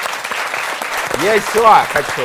Я еще хочу.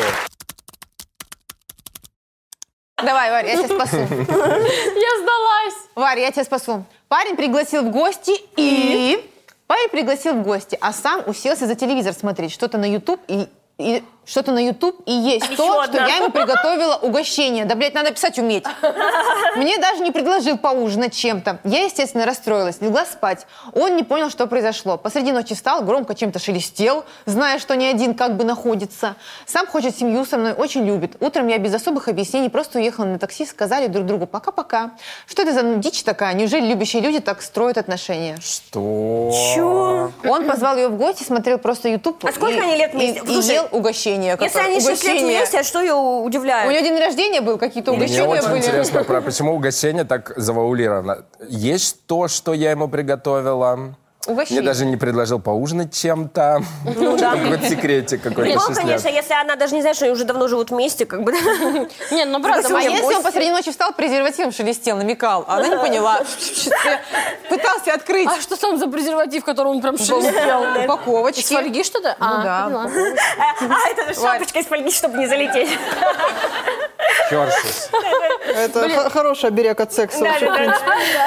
Давай, Варя, я тебя спасу. Я сдалась. Варя, я тебя спасу. Парень пригласил в гости и... Парень пригласил в гости, а сам уселся за телевизор смотреть что-то на YouTube и, и что-то на YouTube, и есть Еще то, одна. что я ему приготовила угощение. Да, блядь, надо писать уметь. Мне даже не предложил поужинать чем-то. Я, естественно, расстроилась, легла спать. Он не понял, что произошло. Посреди ночи встал, громко чем-то шелестел, зная, что не один как бы находится. Сам хочет семью со мной, очень любит. Утром я без особых объяснений просто уехала на такси, сказали друг другу пока-пока. Что это за дичь такая? Неужели любящие люди так строят отношения? Что? Чё? Он позвал ее в гости, смотрел просто YouTube. А сколько и, они лет и, вместе? и Слушай, ел угощение. Если какое- они шесть лет угощение. вместе, а что ее удивляет? У него день рождения был, какие-то Мне угощения очень были. интересно, про почему угощение так завуалировано. Есть то, что я ему приготовила. Угощение. Мне даже не предложил поужинать чем-то. Ну да. Какой-то секретик какой-то Прикол, шесть конечно, лет. если она даже не знает, что они уже давно живут вместе, как бы. Не, ну правда, А моя если гостья- он посреди ночи встал, презервативом шелестел, намекал, а она не поняла. Пытался открыть А что там за презерватив, который он прям шелестел? Из упаковочки. фольги что-то? Ну А, да. поняла. А, это шапочка из фольги, чтобы не залететь. Хершес. Это х- хороший оберег от секса вообще, в принципе.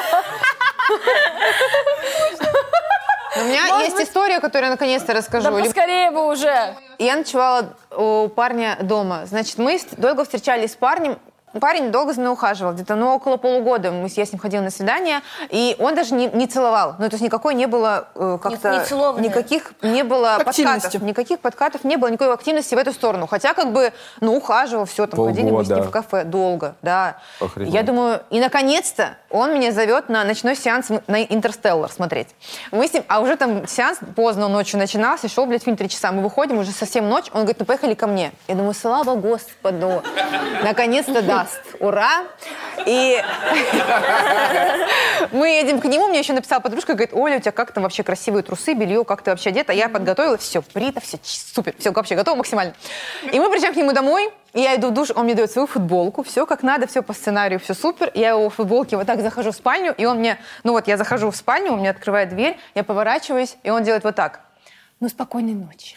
У меня есть история, которую я наконец-то расскажу. Да Или- поскорее бы уже. Я ночевала у парня дома. Значит, мы с- долго встречались с парнем. Парень долго за мной ухаживал, где-то ну, около полугода мы, с- я с ним ходила на свидание, и он даже не, не целовал. Ну, то есть никакой не было э, как-то... Не- не целованное. никаких не было Активности. подкатов. Никаких подкатов не было, никакой активности в эту сторону. Хотя как бы, ну, ухаживал, все, там, ходили мы с ним Полгода. в кафе долго, да. Охренеть. Я думаю, и наконец-то он меня зовет на ночной сеанс на «Интерстеллар» смотреть. Мы с ним, а уже там сеанс поздно ночью начинался, шел, блядь, фильм три часа. Мы выходим, уже совсем ночь, он говорит, ну, поехали ко мне. Я думаю, слава Господу, наконец-то даст. Ура! И мы едем к нему, мне еще написала подружка, говорит, Оля, у тебя как там вообще красивые трусы, белье, как ты вообще одета? Я подготовила, все, брита, все супер, все вообще готово максимально. И мы приезжаем к нему домой, и я иду в душ, он мне дает свою футболку, все как надо, все по сценарию, все супер. Я его в футболке вот так захожу в спальню, и он мне, ну вот я захожу в спальню, он мне открывает дверь, я поворачиваюсь, и он делает вот так. Ну, спокойной ночи.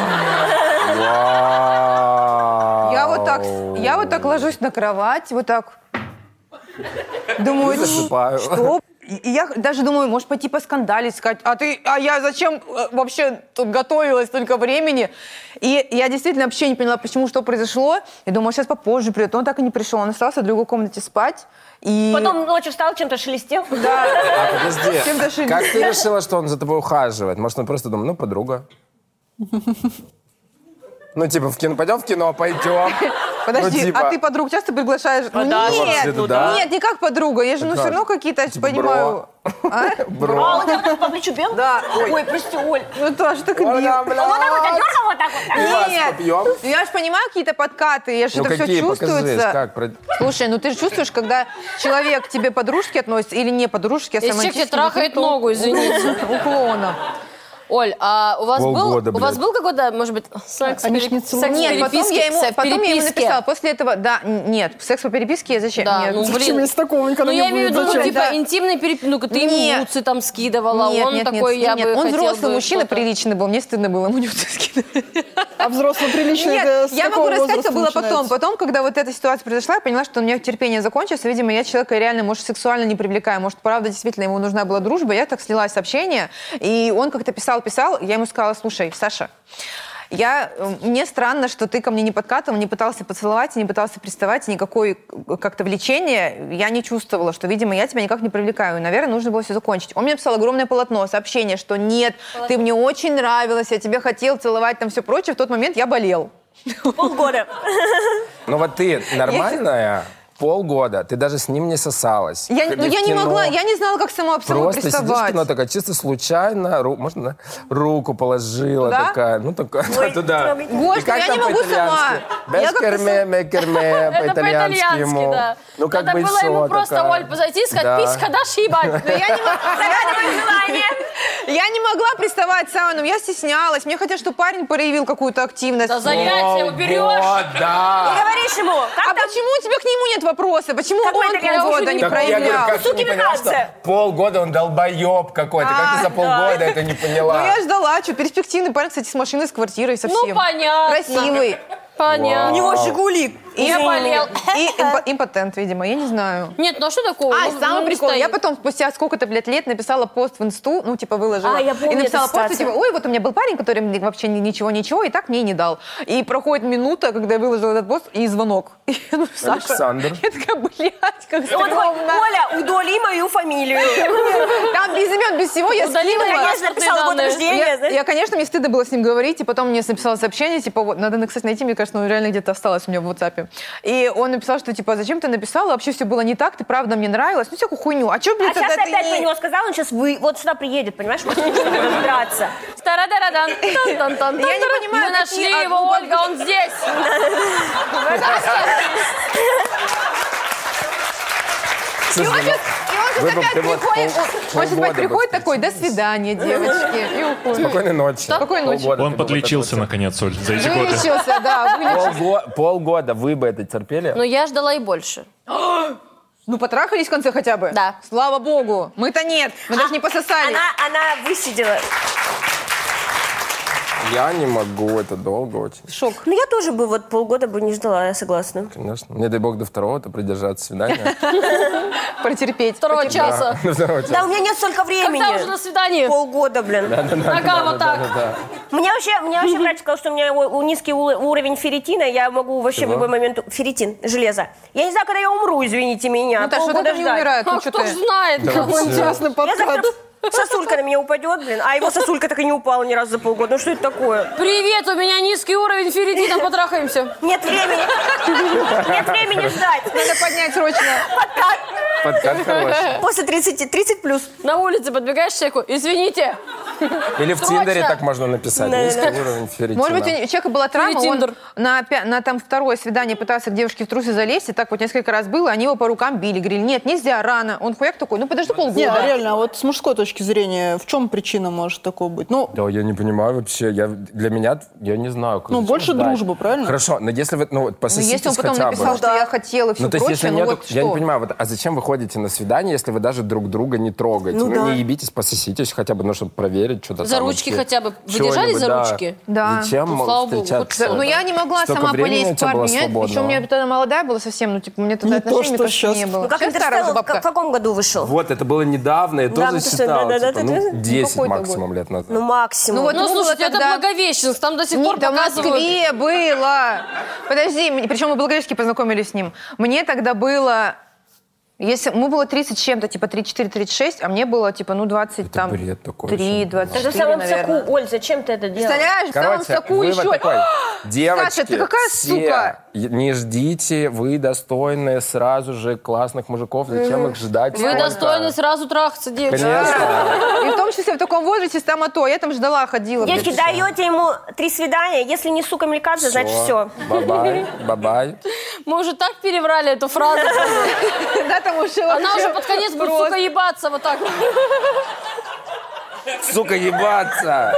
Я вот так, я вот так ложусь на кровать, вот так. Думаю, Засыпаю. что? И я даже думаю, может пойти поскандалить, сказать, а ты, а я зачем э, вообще тут готовилась столько времени? И я действительно вообще не поняла, почему, что произошло. Я думала, сейчас попозже придет. Он так и не пришел, он остался в другой комнате спать. И... Потом ночью встал, чем-то шелестел. Да. А, подожди. Чем-то шелестел. Как ты решила, что он за тобой ухаживает? Может, он просто думал, ну, подруга. Ну, типа, в кино, пойдем в кино, пойдем. Подожди, Ну, типа- а ты подруг часто приглашаешь? Ну, да, нет, вообще-то да. нет, не как подруга. Я же, ну, Как? все равно какие-то, Типа понимаю... А? Бро. А он тебя по плечу бил? Да. Ой, прости, Оль. Ну, тоже так и бил. Оля, блядь. Он вот так вот тебя дергал вот так вот? Пивас Нет. попьем? Ну, я же понимаю какие-то подкаты, я же Ну, это все какие, покажи, чувствуется. как? Про- Слушай, ну ты же чувствуешь, когда человек к тебе подружки относится или не подружки, а Если человек тебе романтически, трахает то- ногу, извините. Уклоном. Оль, а у вас, был, Полгода, у вас блядь. был какой-то, может быть, секс, Они ж не переп- целуются. секс Нет, потом переписки? я ему, Секс потом я ему переписки? написала. После этого, да, н- нет, секс по переписке зачем? Да, Нет. ну, Зачем, блин. если такого никогда Ну, не я имею в будет? виду, Зачем? типа, Да. интимный переп... Ну, ты ему Нет. нюцы там скидывала, Нет, он нет, такой, нет, я нет. бы Он хотел взрослый бы мужчина, что-то. приличный был, мне стыдно было ему нюцы скидывать. А взрослый приличный, Нет, это с я какого могу рассказать, что возраста было потом. начинается? Потом, когда вот эта ситуация произошла, я поняла, что у меня терпение закончилось. Видимо, я человека реально, может, сексуально не привлекаю. Может, правда, действительно, ему нужна была дружба. Я так слила сообщение, и он как-то писал-писал. Я ему сказала, слушай, Саша, я, мне странно, что ты ко мне не подкатывал, не пытался поцеловать, не пытался приставать, никакой как-то влечения я не чувствовала, что, видимо, я тебя никак не привлекаю. И, наверное, нужно было все закончить. Он мне написал огромное полотно, сообщение, что нет, ты мне очень нравилась, я тебя хотел целовать, там все прочее. В тот момент я болел. Полгода. Ну, вот ты нормальная, полгода, ты даже с ним не сосалась. Я, Ходили ну, в я не кино. могла, я не знала, как сама об самой Просто сидишь в приставать. кино, такая чисто случайно, ру- можно руку положила, Туда? такая, ну такая, Ой, туда. трогайте. Боже, И как я там не могу по-итальянски? сама. Я Без как-то керме, ме керме, Это по-итальянски по-итальянски, ему. да. Ну, как Надо бы было всё ему просто, такая. Оль, подойти и сказать, Да. писька дашь ебать. Но я не могла- Загадывай желание. Я не могла приставать сама, но я стеснялась. Мне хотелось, чтобы парень проявил какую-то активность. Да за яйца его берешь. Полгода. Ты говоришь ему, как А там? почему у тебя к нему нет вопроса? Почему Какой он итальянский? полгода не Так я говорю, проявлял? как ты не поняла, что Сукификация. полгода он долбоеб какой-то. Как ты за полгода это не Ну поняла? я ждала, что перспективный парень, кстати, с машиной, с квартирой, совсем. Ну, понятно. Красивый. Понятно. У него «Жигули». Я болел. И импо- импотент, видимо, я не знаю. Нет, ну а что такого? А, Ну, самый ну, прикол. стоит. Я потом спустя сколько-то, блядь, лет написала пост в инсту, ну, типа, выложила. А, я помню И написала эту пост, ситуацию. типа, ой, вот у меня был парень, который мне вообще ни- ничего-ничего, и так мне и не дал. И проходит минута, когда я выложила этот пост, и звонок. И я думаю, Саша. Александр. Я такая, блядь, как Он такой, стрёмно. Оля, удали мою фамилию. Там без имен, без всего я Удали скинула. мои Конечно, написала год данные. рождения, Я, знаешь. я, конечно, мне стыдно было с ним говорить, и потом мне написала сообщение, типа, вот, надо, кстати, найти, мне кажется, ну, реально где-то осталось у меня в WhatsApp. И он написал, что, типа, зачем ты написала, вообще все было не так, ты правда мне нравилась, ну, всякую хуйню. А что, А блядь, сейчас тогда ты опять ты про не... него сказал, он сейчас вы, вот сюда приедет, понимаешь? Мы будем разбираться. Тарадарадан, тан-тан-тан, Я не тан-таран. понимаю, Мы нашли какие его, одну- Ольга, он здесь. И он сейчас, и он сейчас Вы бы- опять ты вот приходит, пол- он- он сейчас опять полгода приходит бы такой, до свидания, девочки, и уходит. Спокойной ночи. Спокойной ночи. Полгода Он ты бы подлечился, вот наконец, Оль, за эти годы. Вылечился, да, это вот- вылечился. Полго- Полгода вы бы это терпели? Но я ждала и больше. Ну, потрахались в конце хотя бы? Да. Слава богу. Мы-то нет, мы даже не пососали. Она, она высидела. Я не могу, это долго очень. Шок. Ну, я тоже бы вот полгода бы не ждала, я согласна. Конечно. Не дай бог до второго-то придержаться свидания. Протерпеть. Второго часа. До второго часа. Да, у меня нет столько времени. Когда уже на свидание? Полгода, блин. Нога вот так. Да-да-да. Мне вообще, мне вообще врач сказал, что у меня у- у низкий у- уровень ферритина, я могу вообще Чего? в любой момент... Ферритин, железо. Я не знаю, когда я умру, извините меня. Ну, так что Полгода там не ждать. умирают, ну А что кто ж ты? знает? Какой интересный Я подкат. завтра сосулька на меня упадет, блин, а его сосулька так и не упала ни разу за полгода. Ну что это такое? Привет, у меня низкий уровень ферритина, потрахаемся. Нет времени. Нет времени ждать. Надо поднять срочно. Подкат хороший. После тридцати, тридцать плюс. На улице подбегаешь к человеку, извините. Или в Срочно. Тиндере так можно написать. Да-да-да. Низкий уровень ферритина. Может быть, у человека была травма, он Тиндер. на, опя- на там второе свидание пытался к девушке в трусы залезть, и так вот несколько раз было, они его по рукам били, говорили, нет, нельзя, рано. Он хуяк такой, ну подожди полгода. Не, а реально, а вот с мужской точки зрения, в чем причина может такого быть? Ну, Да, я не понимаю вообще. Я, для меня, я не знаю. Ну, зачем больше ждать? дружба, правильно? Хорошо, но если вы, ну, вот Ну, пососитесь если он потом хотя написал, бы. что я хотела, все Ну, то есть, прочее, если ну нету, вот я не что? понимаю, вот, а зачем вы ходите на свидание, если вы даже друг друга не трогаете? Ну Ну, да. не ебитесь, пососитесь хотя бы, ну, чтобы проверить что-то За там ручки вообще. хотя бы. Вы Чего-нибудь, держались за да. ручки? Да. Зачем Ну, слава богу, встречаться? хоть Ну, я не могла Столько сама времени у полезть в тебя было парня. Еще у свободного. меня тогда молодая была совсем, ну, типа, у меня тогда Не то, отношений, что мне кажется, щас. не было. Ну, как Сейчас старая уже Интерстеллар в, бабка. в каком году вышел? Вот, это было недавно, я Да, тоже ну, ты что, считал, да-да-да, типа, ты- ну, ты- десять какой-то максимум лет назад. Ну, максимум. Ну, вот Ну, ему было слушайте, это тогда- Благовещенск, там до сих пор Нет, да в показывают. Москве было. Подожди, мне- причем мы в Благовещенске познакомились с ним. Мне тогда было... Если ему было тридцать с чем-то, типа тридцать четыре тридцать шесть, а мне было, типа, ну, двадцать там, бред такой три вообще. двадцать Это в четыре, самом наверное. соку. Оль, зачем ты это делаешь? Представляешь, в самом Короче, соку вывод еще. такой. Девочки, Саша, ты какая все, сука? не ждите, вы достойны сразу же классных мужиков. Зачем их ждать? Вы столько? достойны сразу трахаться, девочки. Конечно. И в том числе в таком возрасте там а то. Я там ждала, ходила. блядь. Девочки, даете ему три свидания, если не сука мелькаться, значит все. Бабай, бабай. Мы уже так переврали эту фразу. Да, там уже Она вообще уже под конец будет, просто. сука, ебаться вот так. Сука, ебаться.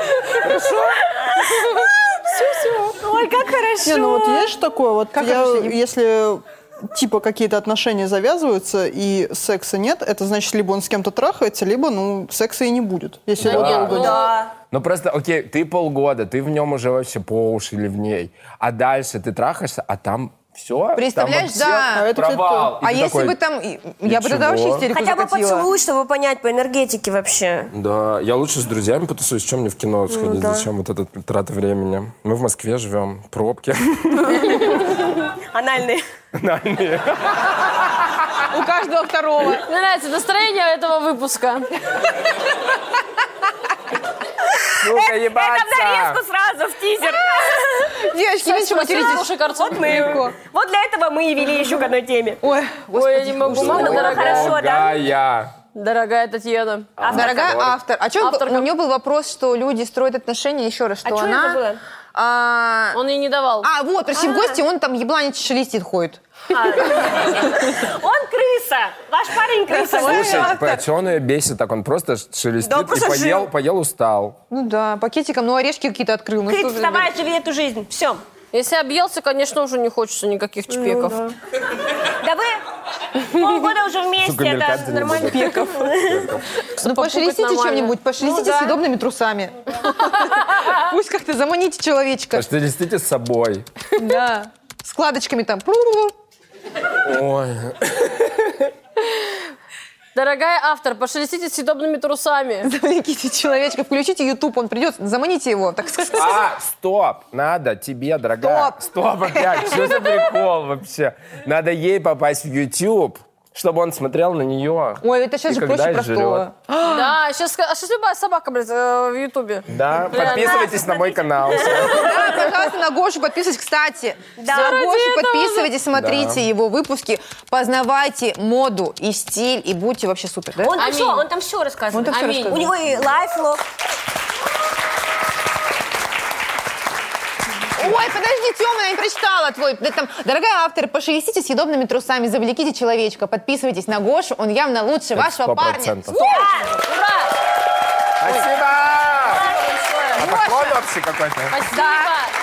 Ой, как хорошо. Не, ну вот есть же такое, вот Как я, вообще не- если типа какие-то отношения завязываются и секса нет, это значит, либо он с кем-то трахается, либо, ну, секса и не будет. Если Да его нет, долго ну, нет. Да. Ну просто, окей, ты полгода, ты в нем уже вообще по уши или в ней. А дальше ты трахаешься, а там все. Представляешь, там да. А это, кстати, провал. И А ты если такой, бы там... Я бы тогда ничего. вообще истерику Хотя бы закатила. поцелуй, чтобы понять по энергетике вообще. Да, я лучше с друзьями потусуюсь, чем мне в кино сходить, да. зачем вот эта трата времени. Мы в Москве живем, пробки. Анальный. У каждого второго. Мне нравится настроение этого выпуска. Сука, Это в ебаться! нарезку сразу, в тизер. Девочки, меньше материтесь. Хороший картон. Вот мы, вот для этого мы и вели еще к одной теме. Ой, Ой, я не могу, мама Ну, дорогая. хорошо, да? Дорогая. Дорогая Татьяна. дорогая автор. А что Авторка. у нее был вопрос, что люди строят отношения, еще раз, что А чё я она... забыла? А, Он ей не давал. а, вот, пришли в гости, он там ебланец шелестит ходит. А. Он крыса. Ваш парень крыса. Вот Слушай, всё. типа, что он ее бесит так? Он просто шелестит Да он и просто поел, жил. поел, устал. Ну да, пакетиком, ну орешки какие-то открыл. Ну, Крит, что за- вставай, живи эту жизнь. Все. Если объелся, конечно, уже не хочется никаких чпеков. Да вы полгода уже вместе, Сука, это мелькать не нормально. будет. Ну пошелестите нормально. чем-нибудь, пошелестите Ну, да. съедобными трусами. Пусть как-то заманите человечка. Шелестите с собой. Да. складочками там. Ой. Дорогая автор, пошелестите съедобными трусами. Завлеките человечка, включите YouTube, он придет, заманите его, так сказать. А, стоп, надо тебе, дорогая. Стоп. Стоп опять, что за прикол вообще? Надо ей попасть в YouTube, чтобы он смотрел на нее. Ой, это сейчас И же когда проще жрет. простого. Да, сейчас, а сейчас любая собака, блядь, э, в Ютубе. Да, Бля, подписывайтесь на мой канал. Да, пожалуйста, на Гошу подписывайтесь. Кстати, Да. на Ради Гошу этого. подписывайтесь, смотрите Да. его выпуски, познавайте моду и стиль, и будьте вообще супер, да? Он там Аминь. все, он там все рассказывает. Он там всё Аминь. рассказывает. У него и лайфлог. Ой, подожди, Тёма, я не прочитала твой. Да, там, дорогая автор, пошелестите съедобными трусами, завлеките человечка, подписывайтесь на Гошу, он явно лучше Это вашего сто парня. процентов. Ура! Спасибо! А Большое. поклон вообще какой-то? Спасибо. Да.